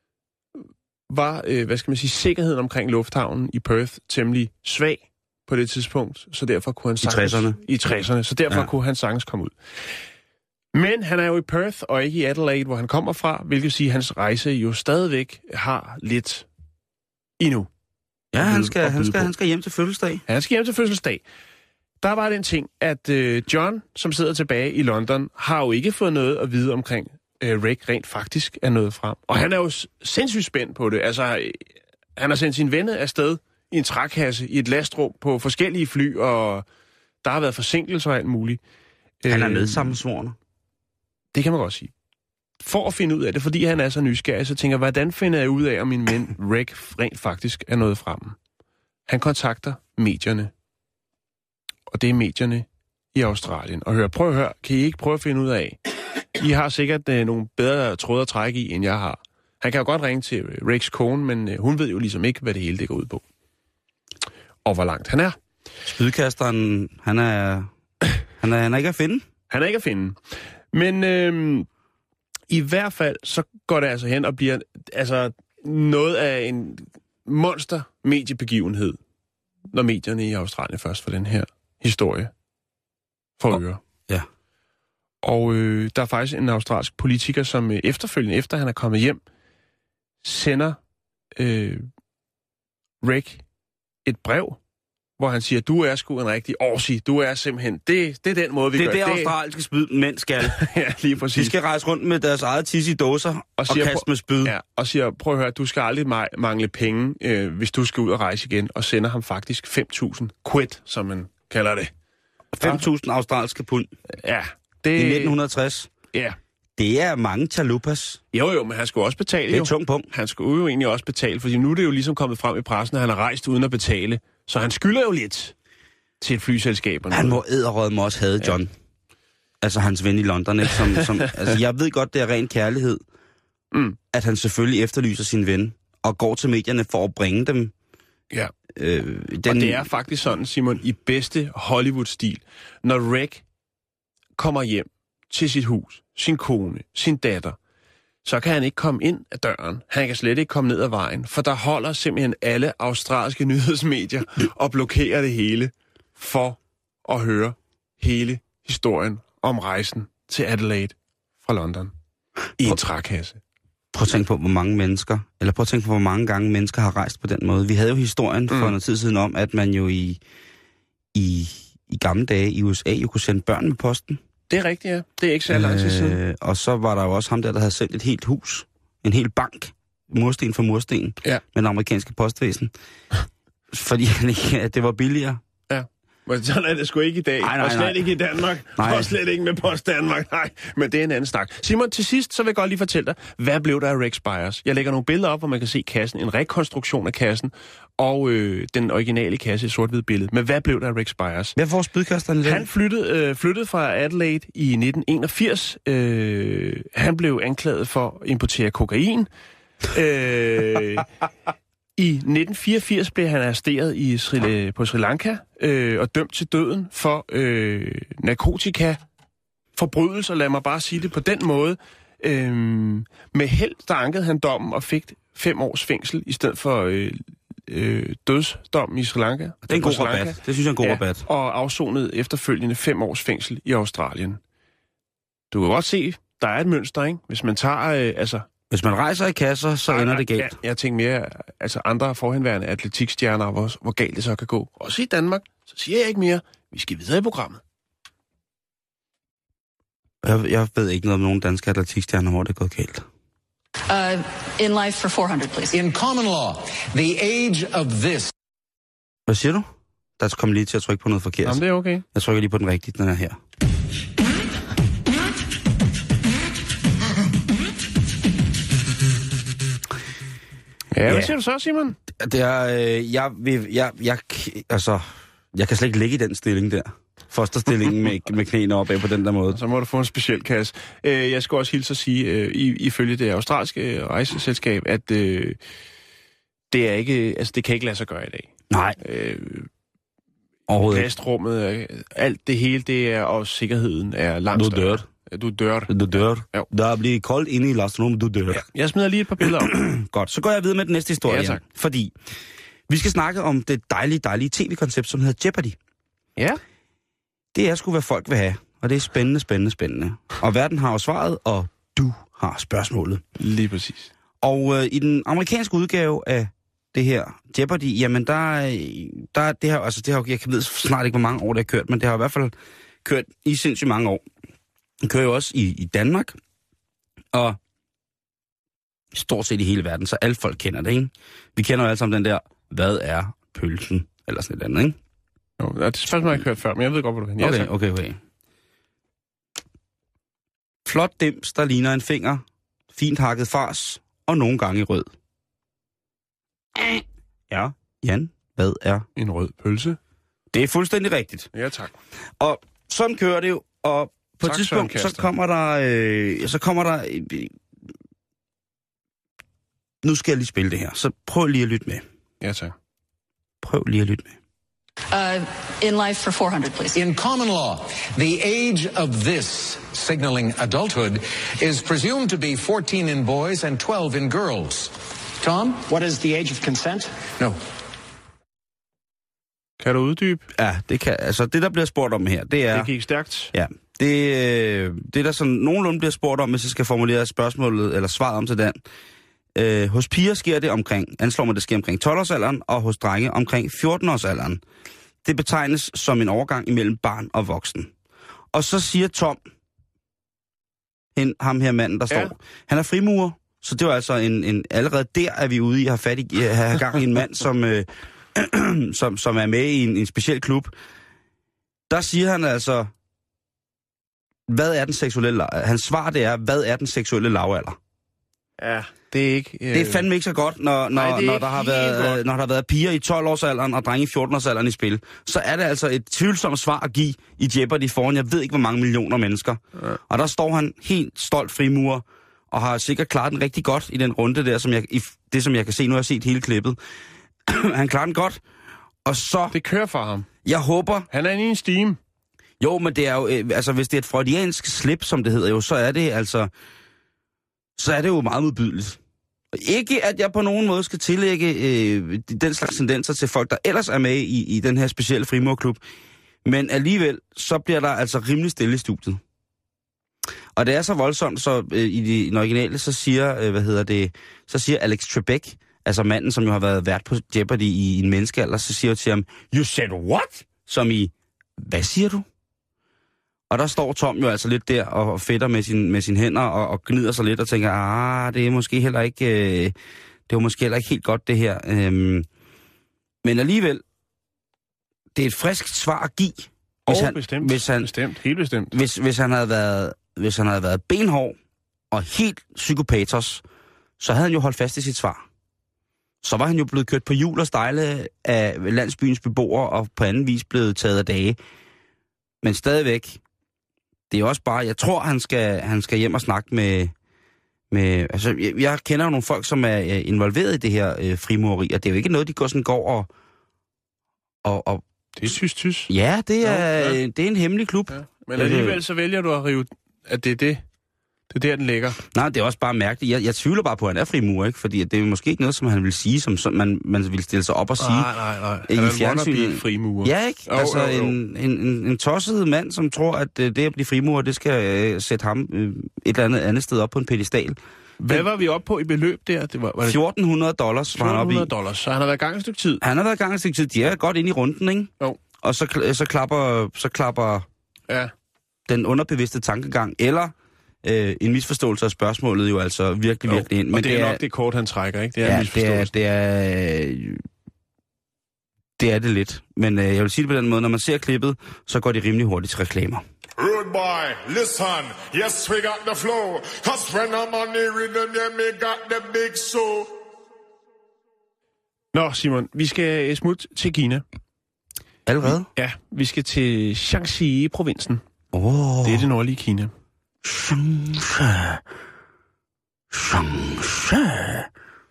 var, øh, hvad skal man sige, sikkerheden omkring lufthavnen i Perth temmelig svag på det tidspunkt, så derfor kunne han sagtens... I tresserne. I tresserne, så derfor ja. kunne han sagtens komme ud. Men han er jo i Perth og ikke i Adelaide, hvor han kommer fra, hvilket siger, at hans rejse jo stadigvæk har lidt endnu. Ja, han skal, han, skal, han skal hjem til fødselsdag. Han skal hjem til fødselsdag. Der var den ting, at øh, John, som sidder tilbage i London, har jo ikke fået noget at vide omkring øh, Rick rent faktisk er nået frem. Og han er jo sindssygt spændt på det. Altså, øh, han har sendt sine venner afsted i en trækasse, i et lastrum på forskellige fly, og der har været forsinkelser og alt muligt. Han er medsammensvorne. Det kan man godt sige. For at finde ud af det, fordi han er så nysgerrig, så tænker jeg, hvordan finder jeg ud af, om min ven Rick rent faktisk er nået frem? Han kontakter medierne. Og det er medierne i Australien. Og hør, prøv at høre, kan I ikke prøve at finde ud af? I har sikkert øh, nogle bedre tråde at trække i, end jeg har. Han kan jo godt ringe til Ricks kone, men øh, hun ved jo ligesom ikke, hvad det hele det går ud på. Og hvor langt han er. Spydkasteren, han er, han er, han er ikke at finde. Han er ikke at finde. Men øh, i hvert fald, så går det altså hen og bliver altså, noget af en monster mediebegivenhed, når medierne i Australien først får den her historie for øre. Ja. Og øh, der er faktisk en australsk politiker, som øh, efterfølgende, efter han er kommet hjem, sender øh, Rick et brev, hvor han siger, du er sgu en rigtig Aussie, du er simpelthen, det, det er den måde, vi det gør det. Det er det australske spydmænd skal. Ja, lige præcis. De skal rejse rundt med deres eget tis i dåser og, og siger, kaste med spyd. Ja, og siger, prøv at høre, du skal aldrig mangle penge, øh, hvis du skal ud og rejse igen, og sender ham faktisk fem tusind quid, som man kalder det. fem tusind australske pund. Ja. Det... I nitten tres. Ja. Det er mange chalupas. Jo, jo, men han skulle også betale. Det er jo. et tungt punkt. Han skulle jo egentlig også betale, fordi nu er det jo ligesom kommet frem i pressen, at han har rejst uden at betale. Så han skylder jo lidt til et flyselskab. Han må edderrødme også have John. Ja. Altså hans ven i London, ikke? Som, som, altså, jeg ved godt, det er ren kærlighed, mm. at han selvfølgelig efterlyser sin ven, og går til medierne for at bringe dem. Ja, øh, den... og det er faktisk sådan, Simon, i bedste Hollywood-stil. Når Rick kommer hjem til sit hus, sin kone, sin datter, så kan han ikke komme ind ad døren. Han kan slet ikke komme ned ad vejen, for der holder simpelthen alle australske nyhedsmedier og blokerer det hele for at høre hele historien om rejsen til Adelaide fra London i en trækasse. Prøv at tænke på, hvor mange mennesker, eller prøv at tænke på, hvor mange gange mennesker har rejst på den måde. Vi havde jo historien mm. for noget tid siden om, at man jo i, i, i gamle dage i U S A jo kunne sende børn med posten. Det er rigtigt, ja. Det er ikke så lang tid siden. Øh, og så var der jo også ham der, der havde sendt et helt hus, en hel bank, mursten for mursten, ja. med den amerikanske postvæsen. Fordi han ikke, at det var billigere. Ja, men sådan er det sgu ikke i dag. Nej, nej, og slet nej. ikke i Danmark. Nej. Og slet ikke med Post Danmark. Nej, men det er en anden snak. Simon, til sidst, så vil jeg godt lige fortælle dig, hvad blev der af Rick Spires? Jeg lægger nogle billeder op, hvor man kan se kassen, en rekonstruktion af kassen, og øh, den originale kasse i sort-hvid billede. Men hvad blev der af Rick Spires? Hvad får spydkasteren lidt? Han flyttede, øh, flyttede fra Adelaide i nitten enogfirs. Øh, han blev anklaget for at importere kokain. øh, I nitten fireogfirs blev han arresteret i Sri, på Sri Lanka øh, og dømt til døden for øh, narkotika, forbrydelser, lad mig bare sige det på den måde. Øh, med held, der ankede han dommen og fik fem års fængsel i stedet for øh, øh, dødsdom i Sri Lanka. Det er en god rabat. Det synes jeg er en god ja, rabat. Og afsonede efterfølgende fem års fængsel i Australien. Du kan godt se, der er et mønster, ikke? Hvis man tager, øh, altså... Hvis man rejser i kasser, så ender det galt. Ja, jeg tænker mere, altså andre forhenværende atletikstjerner, hvor, hvor galt det så kan gå. Også i Danmark, så siger jeg ikke mere. Vi skal videre i programmet. Jeg, jeg ved ikke noget om nogen danske atletikstjerner, hvor det er gået galt. Uh, in life for four hundred, please. In common law, the age of this. Hvad siger du? Der kom lige til at trykke på noget forkert. Jamen, det er okay. Jeg trykker lige på den rigtige, den er her. Ja, hvad ja. siger du så, Simon? Det er, øh, jeg, jeg, jeg, jeg, altså, jeg kan slet ikke ligge i den stilling der. Fosterstillingen med, med knæene opad på den der måde. Så må du få en speciel kasse. Øh, jeg skal også hilse at sige, øh, ifølge det australske rejseselskab, at øh, det er ikke, altså det kan ikke lade sig gøre i dag. Nej. Øh, Overhovedet ikke. Plastrummet, alt det hele, det er, og sikkerheden er langt Du større. dør. Du dør. Du dør. Jo. Der bliver koldt inde i lastrummet, du dør. Ja. Jeg smider lige et par billeder op. Godt, så går jeg videre med den næste historie. Ja, tak. Fordi vi skal snakke om det dejlige, dejlige tv-koncept, som hedder Jeopardy. Ja. Det er sgu, hvad folk vil have. Og det er spændende, spændende, spændende. Og verden har jo svaret, og du har spørgsmålet. Lige præcis. Og øh, i den amerikanske udgave af det her Jeopardy, jamen der, der det her, altså det har, jeg ved snart ikke, hvor mange år det har kørt, men det har i hvert fald kørt i sindssygt mange år. Det kører jo også i, i Danmark, og stort set i hele verden, så alle folk kender det, ikke? Vi kender jo alle sammen den der, hvad er pølsen? Eller sådan et andet, ikke? Jo, det er et spørgsmål, jeg har hørt før, men jeg ved godt, hvor du kan. Okay, okay, okay. Flot dims, der ligner en finger, fint hakket fars, og nogle gange rød. Ja, Jan, hvad er? En rød pølse. Det er fuldstændig rigtigt. Ja, tak. Og sådan kører det jo, og på Tak, et tidspunkt, så kommer der, øh, så kommer der, øh, nu skal jeg lige spille det her, så prøv lige at lytte med. Ja, tak. Prøv lige at lytte med. Uh, in life for four hundred, please. In common law, the age of this, signaling adulthood, is presumed to be fourteen in boys and twelve in girls. Tom? What is the age of consent? No. Kan du uddybe? Ja, det kan, altså det, der bliver spurgt om her, det er... Det gik stærkt. Ja, det, øh, det der sådan nogenlunde bliver spurgt om, hvis jeg skal formulere spørgsmålet, eller svaret om til den. Øh, hos piger sker det omkring, anslår man det sker omkring tolv-årsalderen, og hos drenge omkring fjorten-årsalderen. Det betegnes som en overgang imellem barn og voksen. Og så siger Tom, hen, ham her manden, der står, ja. Han er frimurer, så det var altså en, en, allerede der er vi ude i at have, fat i, have gang i en mand, som, øh, som, som er med i en, en speciel klub. Der siger han altså, hvad er den seksuelle, hans svar det er, hvad er den seksuelle lavalder? Ja, det er ikke... Øh... Det er fandme ikke så godt, når, når, Nej, når, der, har været, når der har været piger i tolv-årsalderen og drenge i fjorten-årsalderen i spil. Så er det altså et tvivlsomt svar at give i Jeopardy foran, jeg ved ikke, hvor mange millioner mennesker. Ja. Og der står han helt stolt frimurer, og har sikkert klaret den rigtig godt i den runde der, som jeg, i det som jeg kan se, nu har jeg set hele klippet. Han klarer den godt, og så... Det kører for ham. Jeg håber... Han er inde i en steam. Jo, men det er jo... Øh, altså, hvis det er et freudiansk slip, som det hedder jo, så er det altså... Så er det jo meget modbydeligt. Ikke, at jeg på nogen måde skal tillægge øh, den slags tendenser til folk, der ellers er med i, i den her specielle frimurklub. Men alligevel, så bliver der altså rimelig stille i studiet. Og det er så voldsomt, så øh, i, de, i den originale, så siger, øh, hvad hedder det, så siger Alex Trebek, altså manden, som jo har været vært på Jeopardy i en menneskealder, så siger jeg til ham, you said what? Som i, hvad siger du? Og der står Tom jo altså lidt der og fedter med, sin, med sine hænder og, og gnider sig lidt og tænker, ah, det er måske heller ikke, øh, det er måske heller ikke helt godt det her. Øhm, men alligevel, det er et friskt svar at give. Hvis oh, han, bestemt, hvis han, bestemt, helt bestemt. Hvis, hvis, han havde været, hvis han havde været benhård og helt psykopatos, så havde han jo holdt fast i sit svar. Så var han jo blevet kørt på hjul og stejle af landsbyens beboere og på anden vis blevet taget af dage. Men stadigvæk, det er også bare, jeg tror, han skal, han skal hjem og snakke med... med altså, jeg, jeg kender jo nogle folk, som er involveret i det her øh, frimureri, og det er jo ikke noget, de går sådan går og... og, og det er tys-tys. Ja, det er, ja, ja. det er en hemmelig klub. Ja. Men alligevel så vælger du at rive, at det er det. Det er der, den ligger. Nej, det er også bare mærkeligt. Jeg, jeg tvivler bare på, at han er frimurer, ikke? Fordi det er måske ikke noget, som han vil sige, som, som man, man vil stille sig op og sige. Nej, nej, nej. I han er fjernsynet. en frimurer. Ja, ikke? Oh, altså oh, oh. En, en, en, en tosset mand, som tror, at det at blive frimurer, det skal uh, sætte ham uh, et eller andet andet sted op på en pedestal. Hvad var vi oppe på i beløb der? Det var, var det... fjorten hundrede dollars var han oppe i. fjorten hundrede dollars, så han har været i gang et stykke tid. Han har været i gang et stykke tid. De er godt inde i runden, ikke? Jo. Og så, så klapper, så klapper ja. den underbevidste tankegang, eller øh, en misforståelse af spørgsmålet jo altså virkelig, jo. virkelig ind. Men og det er, er nok det kort, han trækker, ikke? Det er ja, en misforståelse. det er, det er, det er det lidt. Men øh, jeg vil sige det på den måde, når man ser klippet, så går det rimelig hurtigt til reklamer. Rude boy, listen, yes we got the flow, cause friend of money rhythm, yeah me got the big show. Nå Simon, vi skal smutte til Kina. Allerede? Ja, vi skal til Shaanxi-provinsen. Oh. Det er det nordlige Kina. Chance. Chance.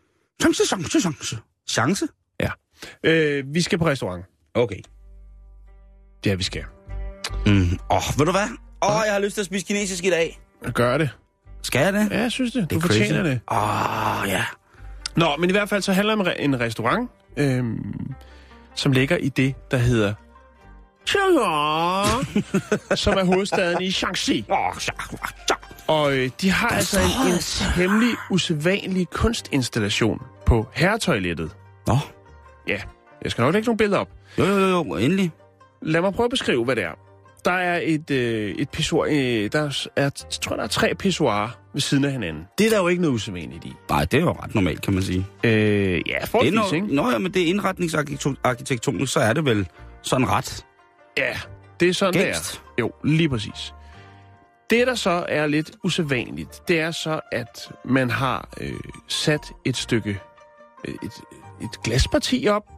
Chance, chance, chance. Chance? Ja. Øh, vi skal på restaurant. Okay. Ja, vi skal. Åh, mm. oh, ved du hvad? Åh, oh, jeg har lyst til at spise kinesisk i dag. Gør det. Skal jeg det? Ja, jeg synes det. Det du fortjener det. Åh, oh, ja. Nå, men i hvert fald så handler det om en restaurant, øhm, som ligger i det, der hedder Shanghai, som er hovedstaden i Shaanxi. Og øh, de har altså en, en temmelig usædvanlig kunstinstallation på herretoilettet. Nå. Ja, jeg skal nok lægge nogle billeder op. Jo, jo, jo, endelig. Lad mig prøve at beskrive, hvad det er. Der er et, øh, et pissoir, øh, der er, jeg tror, der er tre pissoirer ved siden af hinanden. Det er der jo ikke noget usædvanligt i. Nej, det er jo ret normalt, kan man sige. Øh, ja, forholdsvis, ikke? Nå ja, men det er indretningsarkitektonisk, så er det vel sådan ret. Ja, det er sådan, Gængst. det er. Jo, lige præcis. Det, der så er lidt usædvanligt, det er så, at man har øh, sat et stykke, øh, et, et glasparti op,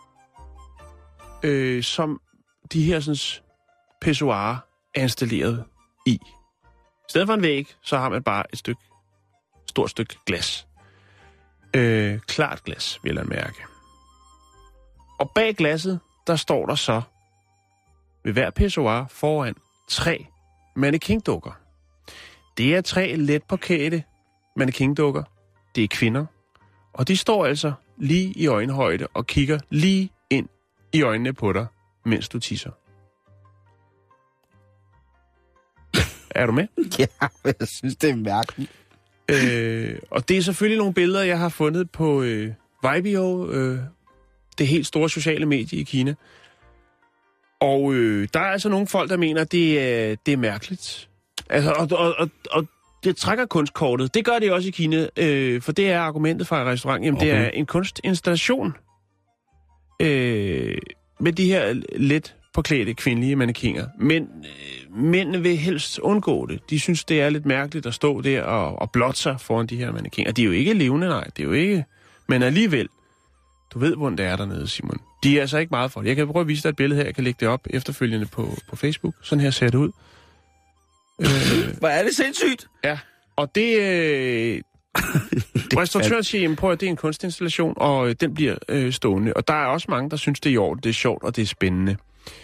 øh, som de her sådan, pissoirer er installeret i. I stedet for en væg, så har man bare et stykke, stort stykke glas. Øh, klart glas, vil jeg mærke. Og bag glasset, der står der så ved hver pissoir foran tre mannequin-dukker. Det er tre let påklædte mannequin-dukker. Det er kvinder. Og de står altså lige i øjenhøjde og kigger lige ind i øjnene på dig, mens du tisser. Er du med? Ja, jeg synes, det er mærkeligt. Øh, og det er selvfølgelig nogle billeder, jeg har fundet på øh, Weibo, øh, det helt store sociale medie i Kina. Og øh, der er altså nogle folk, der mener, at det er, det er mærkeligt. Altså, og, og, og, og det trækker kunstkortet. Det gør det også i Kina, øh, for det er argumentet fra et restaurant. Jamen, okay. Det er en kunstinstallation øh, med de her let påklædte kvindelige mannequiner. Men øh, mændene vil helst undgå det. De synes, det er lidt mærkeligt at stå der og, og blotte sig foran de her mannequiner. De er jo ikke levende, nej. Det er jo ikke... Men alligevel, du ved, hvordan det er dernede, Simon. De er altså ikke meget for det. Jeg kan prøve at vise dig et billede her. Jeg kan lægge det op efterfølgende på, på Facebook. Sådan her ser det ud. Øh, Hvor er det sindssygt? Ja, og det... Øh, restauratøren siger, jamen prøv at det er en kunstinstallation, og øh, den bliver øh, stående. Og der er også mange, der synes, det er i orden, det er sjovt, og det er spændende.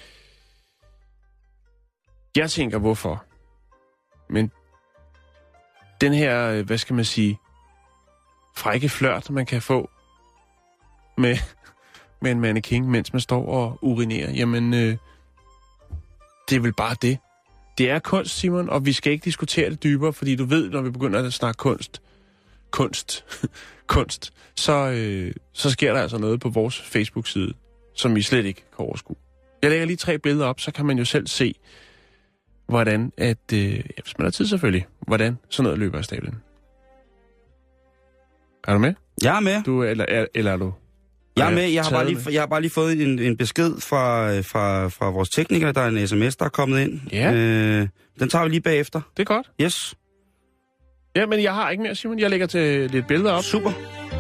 Jeg tænker, hvorfor? Men den her, øh, hvad skal man sige, frække flørt, man kan få med, med en mannequin, mens man står og urinerer, jamen, øh, det er vel bare det. Det er kunst, Simon, og vi skal ikke diskutere det dybere, fordi du ved, når vi begynder at snakke kunst, kunst, kunst, så, øh, så sker der altså noget på vores Facebook-side, som vi slet ikke kan overskue. Jeg lægger lige tre billeder op, så kan man jo selv se, hvordan at, øh, ja, hvis man har tid selvfølgelig, hvordan sådan noget løber af stablen. Er du med? Jeg er med. Du, eller, er, eller er du? Jeg er med. Jeg har bare lige, jeg har bare lige fået en, en besked fra, fra, fra vores tekniker. Der er en sms, der er kommet ind. Ja. Øh, den tager vi lige bagefter. Det er godt. Yes. Ja, men jeg har ikke mere, Simon. Jeg lægger til lidt billeder op. Super.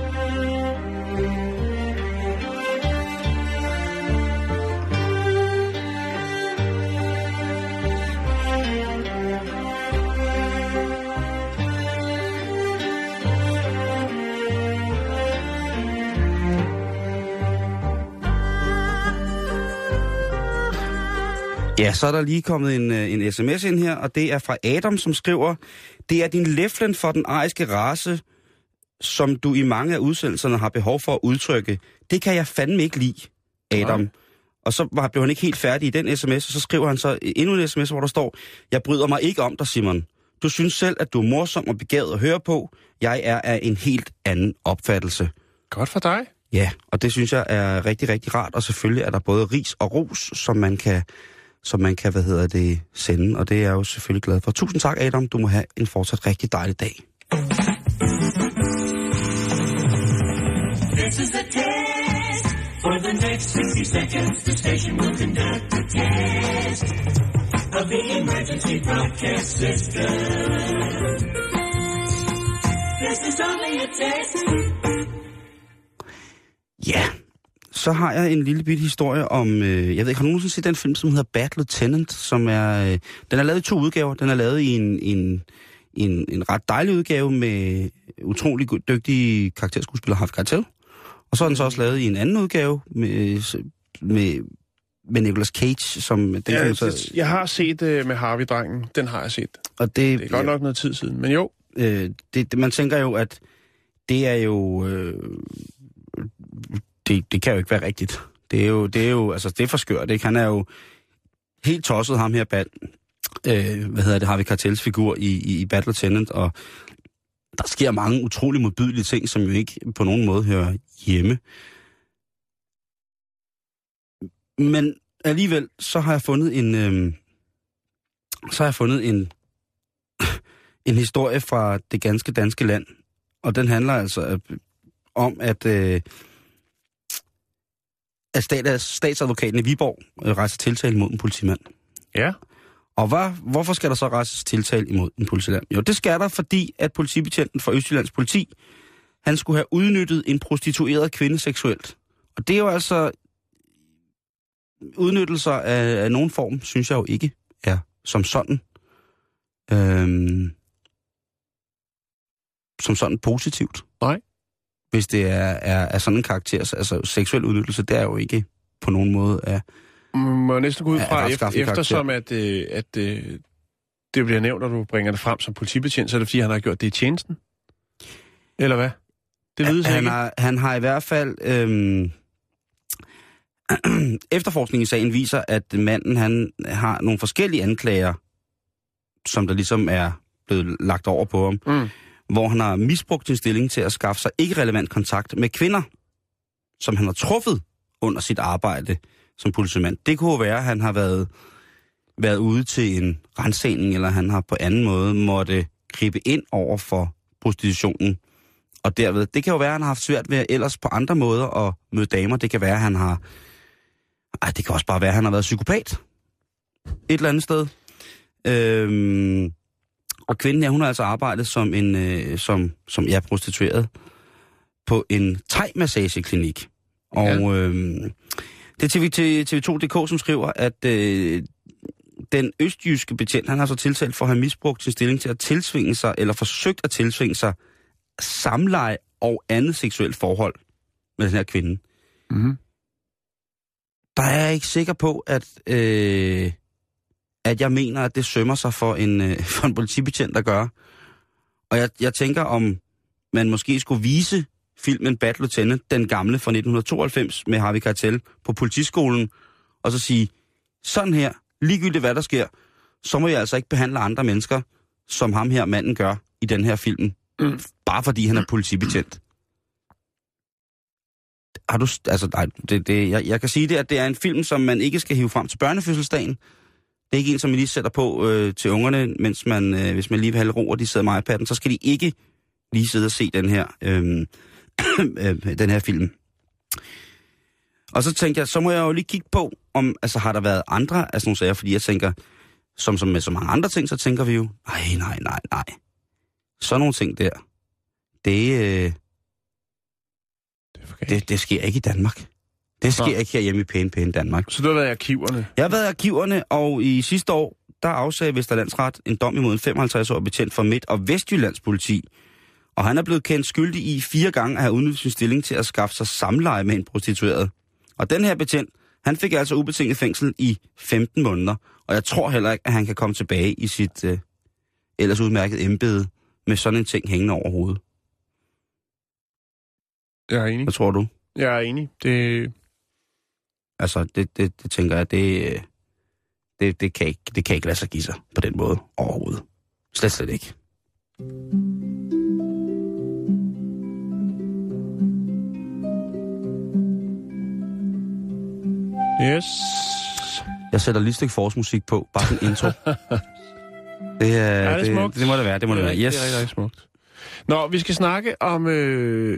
Ja, så er der lige kommet en, en sms ind her, og det er fra Adam, som skriver, det er din leflen for den ariske race, som du i mange af udsendelserne har behov for at udtrykke. Det kan jeg fandme ikke lide, Adam. Ja. Og så blev han ikke helt færdig i den sms, og så skriver han så endnu en sms, hvor der står, jeg bryder mig ikke om dig, Simon. Du synes selv, at du er morsom og begavet at høre på. Jeg er af en helt anden opfattelse. Godt for dig. Ja, og det synes jeg er rigtig, rigtig rart, og selvfølgelig er der både ris og ros, som man kan... som man kan, hvad hedder det, sende, og det er jeg jo selvfølgelig glad for. Tusind tak, Adam. Du må have en fortsat rigtig dejlig dag. This is the test. For the next sixty seconds, the station will conduct a test of the emergency broadcast system. This is only a test. Ja. Yeah. Så har jeg en lille bitte historie om, øh, jeg ved ikke, har du nogensinde set den film, som hedder Bad Lieutenant, som er, øh, den er lavet i to udgaver. Den er lavet i en, en, en, en ret dejlig udgave med utrolig dygtige karakterskuespiller Harvey Keitel. Og så er den så også lavet i en anden udgave med, med med Nicolas Cage, som... Den Ja, så, det, jeg har set uh, med Harvey-drengen. Den har jeg set. Og det, det er godt nok noget tid siden, men jo. Øh, det, det, man tænker jo, at det er jo... Øh, det, det kan jo ikke være rigtigt. Det er jo, det er jo, altså det er for skørt, ikke? Han er jo helt tosset, ham her, bad, øh, hvad hedder det, Harvey Keitels figur i, i, i Battle Lieutenant, og der sker mange utrolig modbydelige ting, som jo ikke på nogen måde hører hjemme. Men alligevel, så har jeg fundet en, øh, så har jeg fundet en, en historie fra det ganske danske land, og den handler altså om, at, øh, at stat, statsadvokaten i Viborg øh, rejser tiltale mod en politimand. Ja. Og hvad, hvorfor skal der så rejses tiltale imod en politimand? Jo, det skal der, fordi at politibetjenten fra Østjyllands politi, han skulle have udnyttet en prostitueret kvinde seksuelt. Og det er jo altså udnyttelser af, af nogen form, synes jeg jo ikke er som sådan. Øhm, som sådan positivt. Nej. Hvis det er, er, er sådan en karakter, altså seksuel udnyttelse, det er jo ikke på nogen måde af... Må jeg næsten gå ud fra, efter, eftersom at, øh, at øh, det bliver nævnt, når du bringer det frem som politibetjent, så er det fordi, han har gjort det i tjenesten? Eller hvad? Det vides han ikke. Har, han har i hvert fald... Øhm, efterforskningen i sagen viser, at manden han har nogle forskellige anklager, som der ligesom er blevet lagt over på ham, mm. hvor han har misbrugt sin stilling til at skaffe sig ikke-relevant kontakt med kvinder, som han har truffet under sit arbejde som politimand. Det kunne være, at han har været, været ude til en ransagning, eller han har på anden måde måtte gribe ind over for prostitutionen. Og derved, det kan jo være, at han har haft svært ved ellers på andre måder at møde damer. Det kan være, at han har... Ej, det kan også bare være, at han har været psykopat. Et eller andet sted. Øhm, og kvinden, ja, hun har altså arbejdet som en, øh, som, som jeg er prostitueret på en thai-massageklinik. Og ja. øhm, det er T V to punktum d k, som skriver, at øh, den østjyske betjent, han har så tiltalt for at have misbrugt sin stilling til at tilsvinge sig, eller forsøgt at tilsvinge sig samleje og andet seksuelt forhold med den her kvinde. Mm-hmm. Der er jeg ikke sikker på, at, øh, at jeg mener, at det sømmer sig for en, øh, for en politibetjent at gøre. Og jeg, jeg tænker, om man måske skulle vise filmen Battle Lieutenant, den gamle fra nitten tooghalvfems med Harvey Keitel på politiskolen, og så sige, sådan her, ligegyldigt hvad der sker, så må jeg altså ikke behandle andre mennesker, som ham her manden gør i den her film. Mm. Bare fordi han er politibetjent. Har du... Altså, nej, det, det, jeg, jeg kan sige det, at det er en film, som man ikke skal hive frem til børnefødselsdagen. Det er ikke en, som man lige sætter på øh, til ungerne, mens man, øh, hvis man lige vil have ro, og de sidder med iPad'en, så skal de ikke lige sidde og se den her, øh, øh, den her film. Og så tænker jeg, så må jeg jo lige kigge på, om altså, har der været andre af sådan nogle sager, fordi jeg tænker, som, som med så mange andre ting, så tænker vi jo, nej, nej, nej, nej. Sådan nogle ting der, det, øh, det, det, det sker ikke i Danmark. Det sker Nå. ikke herhjemme i pæne, pæne Danmark. Så du har været i arkiverne? Jeg har været i arkiverne, og i sidste år, der afsagde Vesterlandsret en dom imod en femoghalvtreds-årig betjent fra Midt- og Vestjyllands politi. Og han er blevet kendt skyldig i fire gange at have udnyttet sin stilling til at skaffe sig samleje med en prostitueret. Og den her betjent, han fik altså ubetinget fængsel i femten måneder. Og jeg tror heller ikke, at han kan komme tilbage i sit øh, ellers udmærket embede med sådan en ting hængende over hovedet. Jeg er enig. Hvad tror du? Jeg er enig. Det... Altså, det, det, det tænker jeg, det, det, det, kan ikke, det kan ikke lade sig give sig på den måde overhovedet. Slet slet ikke. Yes. Jeg sætter lige et stykke forårsmusik på, bare sådan en intro. Det, er, er det, det, det må det være, det må det, det være. Yes. Det er rigtig, rigtig smukt. Nå, vi skal snakke om, øh,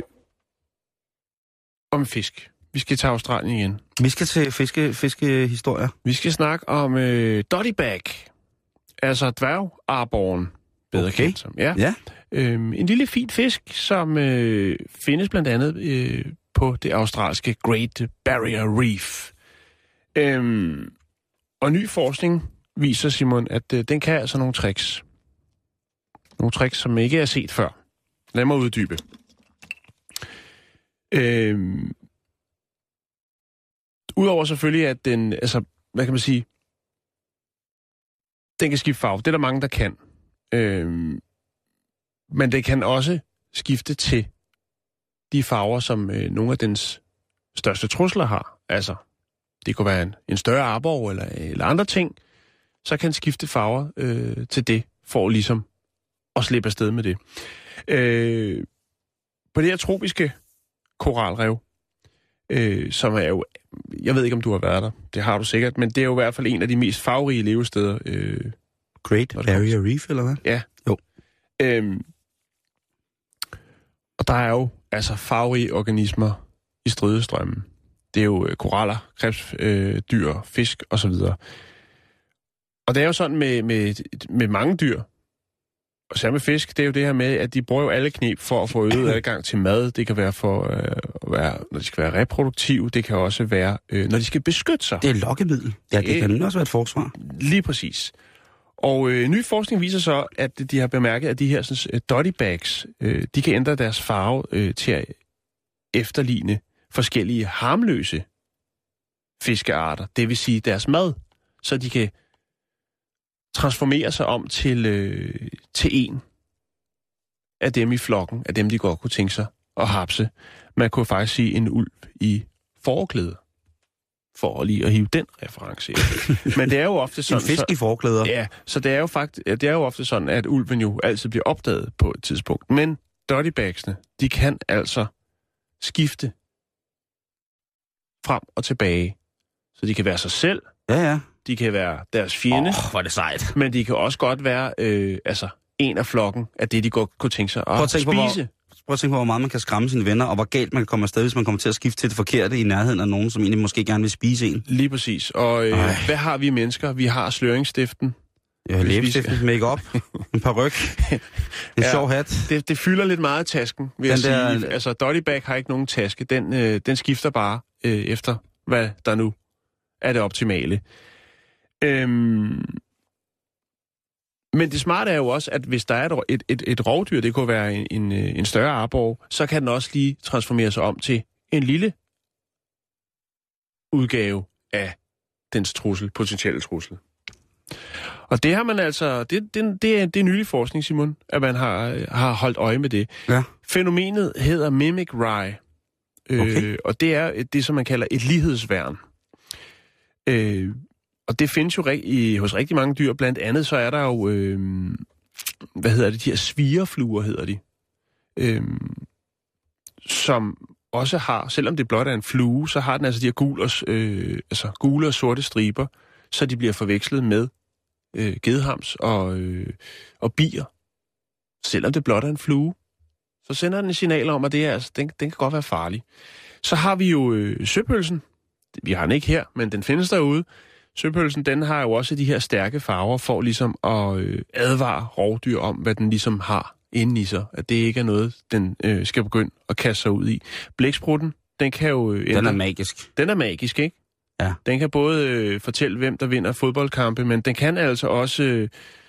om fisk. Vi skal til Australien igen. Vi skal til fiske, fiskehistorier. Vi skal snakke om øh, dottybag. Altså dværgarborgen, bedre okay. kendt som. Ja. ja. Øhm, en lille fin fisk, som øh, findes blandt andet øh, på det australske Great Barrier Reef. Øhm, og ny forskning viser, Simon, at øh, den kan altså nogle tricks. Nogle tricks, som ikke er set før. Lad mig uddybe. Øhm, Udover selvfølgelig, at den, altså, hvad kan man sige, den kan skifte farve. Det er der mange, der kan. Øhm, men det kan også skifte til de farver, som øh, nogle af dens største trusler har. Altså, det kunne være en, en større arborg eller, eller andre ting. Så kan skifte farver øh, til det, for ligesom at slippe afsted med det. Øh, på det her tropiske koralrev, øh, som er jo, jeg ved ikke, om du har været der, det har du sikkert, men det er jo i hvert fald en af de mest farverige levesteder. Øh, Great Barrier Reef, eller hvad? Ja. Jo. Øh, og der er jo altså farverige organismer i stridestrømmen. Det er jo koraller, krebs, øh, dyr, fisk osv. Og det er jo sådan med, med, med mange dyr, og særligt med fisk, det er jo det her med, at de bruger jo alle knep for at få øget adgang til mad. Det kan være for øh, at være, når de skal være reproduktive. Det kan også være, øh, når de skal beskytte sig. Det er lokkemiddel. Ja, det kan også være et forsvar. Lige præcis. Og øh, ny forskning viser så, at de har bemærket, at de her sådan, dotty bags, øh, de kan ændre deres farve øh, til at efterligne forskellige harmløse fiskearter. Det vil sige deres mad, så de kan transformere sig om til, øh, til en af dem i flokken, af dem, de godt kunne tænke sig at hapse. Man kunne faktisk sige en ulv i forklæde, for lige at hive den reference. Men det er jo ofte sådan... En fisk i forklæder. Ja, så det er, jo faktisk, det er jo ofte sådan, at ulven jo altid bliver opdaget på et tidspunkt. Men dottybagsene, de kan altså skifte frem og tilbage. Så de kan være sig selv. Ja, ja. De kan være deres fjende. Åh, oh, hvor er det sejt. Men de kan også godt være øh, altså, en af flokken af det, de godt kunne tænke sig at prøv at tænke spise. På, hvor, prøv at tænke på, hvor meget man kan skræmme sine venner, og hvor galt man kan komme afsted, hvis man kommer til at skifte til det forkerte i nærheden af nogen, som egentlig måske gerne vil spise en. Lige præcis. Og øh, hvad har vi mennesker? Vi har sløringsstiften. Ja, læbestiften, make-up, en paryk, en ja, sjov hat. Det, det fylder lidt meget i tasken, vil den jeg der... sige. Altså, dottybag har ikke nogen taske. Den, øh, den skifter bare øh, efter, hvad der nu er det optimale. Øhm... Men det smarte er jo også, at hvis der er et, et, et, et rovdyr, det kunne være en, en, en større arborg, så kan den også lige transformere sig om til en lille udgave af dens trussel, potentielle trussel. Og det har man altså, det, det, det, er, det er nylig forskning, Simon, at man har, har holdt øje med det. Ja. Fænomenet hedder mimicry, okay. øh, og det er det, som man kalder et lighedsværn. Øh, og det findes jo i, hos rigtig mange dyr. Blandt andet så er der jo, øh, hvad hedder det, de her svirefluer hedder de, øh, som også har, selvom det blot er en flue, så har den altså de her gule og, øh, altså gule og sorte striber, så de bliver forvekslet med øh, gedhams og, øh, og bier. Selvom det blot er en flue, så sender den et signal om, at det er, altså, den, den kan godt være farlig. Så har vi jo øh, søpølsen. Vi har den ikke her, men den findes derude. Søpølsen, den har jo også de her stærke farver for ligesom at øh, advare rovdyr om, hvad den ligesom har inde i sig. At det ikke er noget, den øh, skal begynde at kaste sig ud i. Blæksprutten, den kan jo... Øh, den er magisk. Den er magisk, ikke? Ja. Den kan både øh, fortælle, hvem der vinder fodboldkampe, men den kan altså også øh,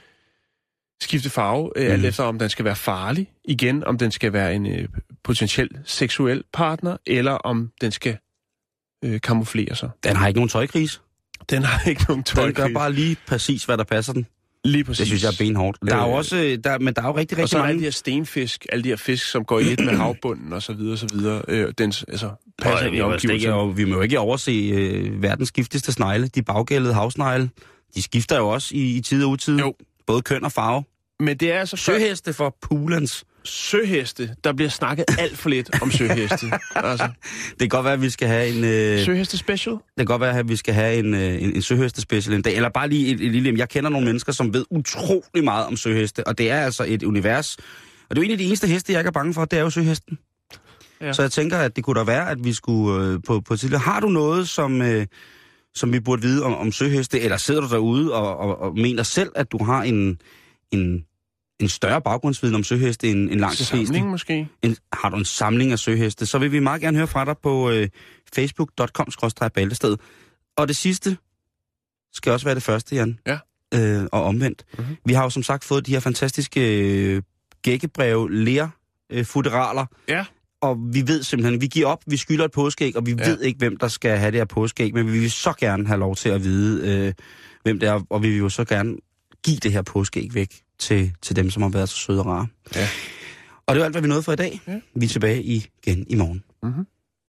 skifte farve, øh, mm. alt efter om den skal være farlig. Igen, om den skal være en øh, potentiel seksuel partner, eller om den skal øh, kamuflere sig. Den har ikke nogen tøjkrise. Den har ikke nogen tøjkrise. Den gør bare lige præcis, hvad der passer den. Lige præcis. Det synes jeg er benhårdt. Der er jo også, der, men der er jo rigtig, rigtig og så mange... er de her stenfisk, alle de her fisk, som går i et med havbunden og så videre, og så videre. Øh, den, altså, passer i omgivelsen. Vi må jo ikke overse øh, verdens giftigste snegle, de baggældede havsnegle. De skifter jo også i, i tid og utid. Jo. Både køn og farve. Men det er altså... Søheste for pulans. Søheste. Der bliver snakket alt for lidt om søheste. Altså. Det kan godt være, at vi skal have en... Øh... Søheste special? Det kan godt være, at vi skal have en, øh, en, en søheste special en dag. Eller bare lige et, et lille... Jeg kender nogle mennesker, som ved utrolig meget om søheste. Og det er altså et univers. Og det er jo en af de eneste heste, jeg ikke er bange for. Det er jo søhesten. Ja. Så jeg tænker, at det kunne da være, at vi skulle øh, på, på tidligere... Har du noget, som... Øh, som vi burde vide om, om søheste? Eller sidder du derude og, og, og mener selv, at du har en... en en større baggrundsviden om søheste end, end langt de fleste. Samling måske? En, har du en samling af søheste, så vil vi meget gerne høre fra dig på øh, facebook punktum com skråstreg bæltested. Og det sidste skal også være det første, Jan. Ja. Øh, og omvendt. Mm-hmm. Vi har jo som sagt fået de her fantastiske øh, gækkebreve, ler, øh, futteraler. Ja. og vi ved simpelthen, vi giver op, vi skylder et påskeæg, og vi ja. ved ikke, hvem der skal have det her påskeæg, men vi vil så gerne have lov til at vide, øh, hvem det er, og vi vil jo så gerne give det her påskeæg væk til, til dem, som har været så søde og rare. Ja. Og det er alt, hvad vi nåede for i dag. Ja. Vi er tilbage igen i morgen. Mm-hmm.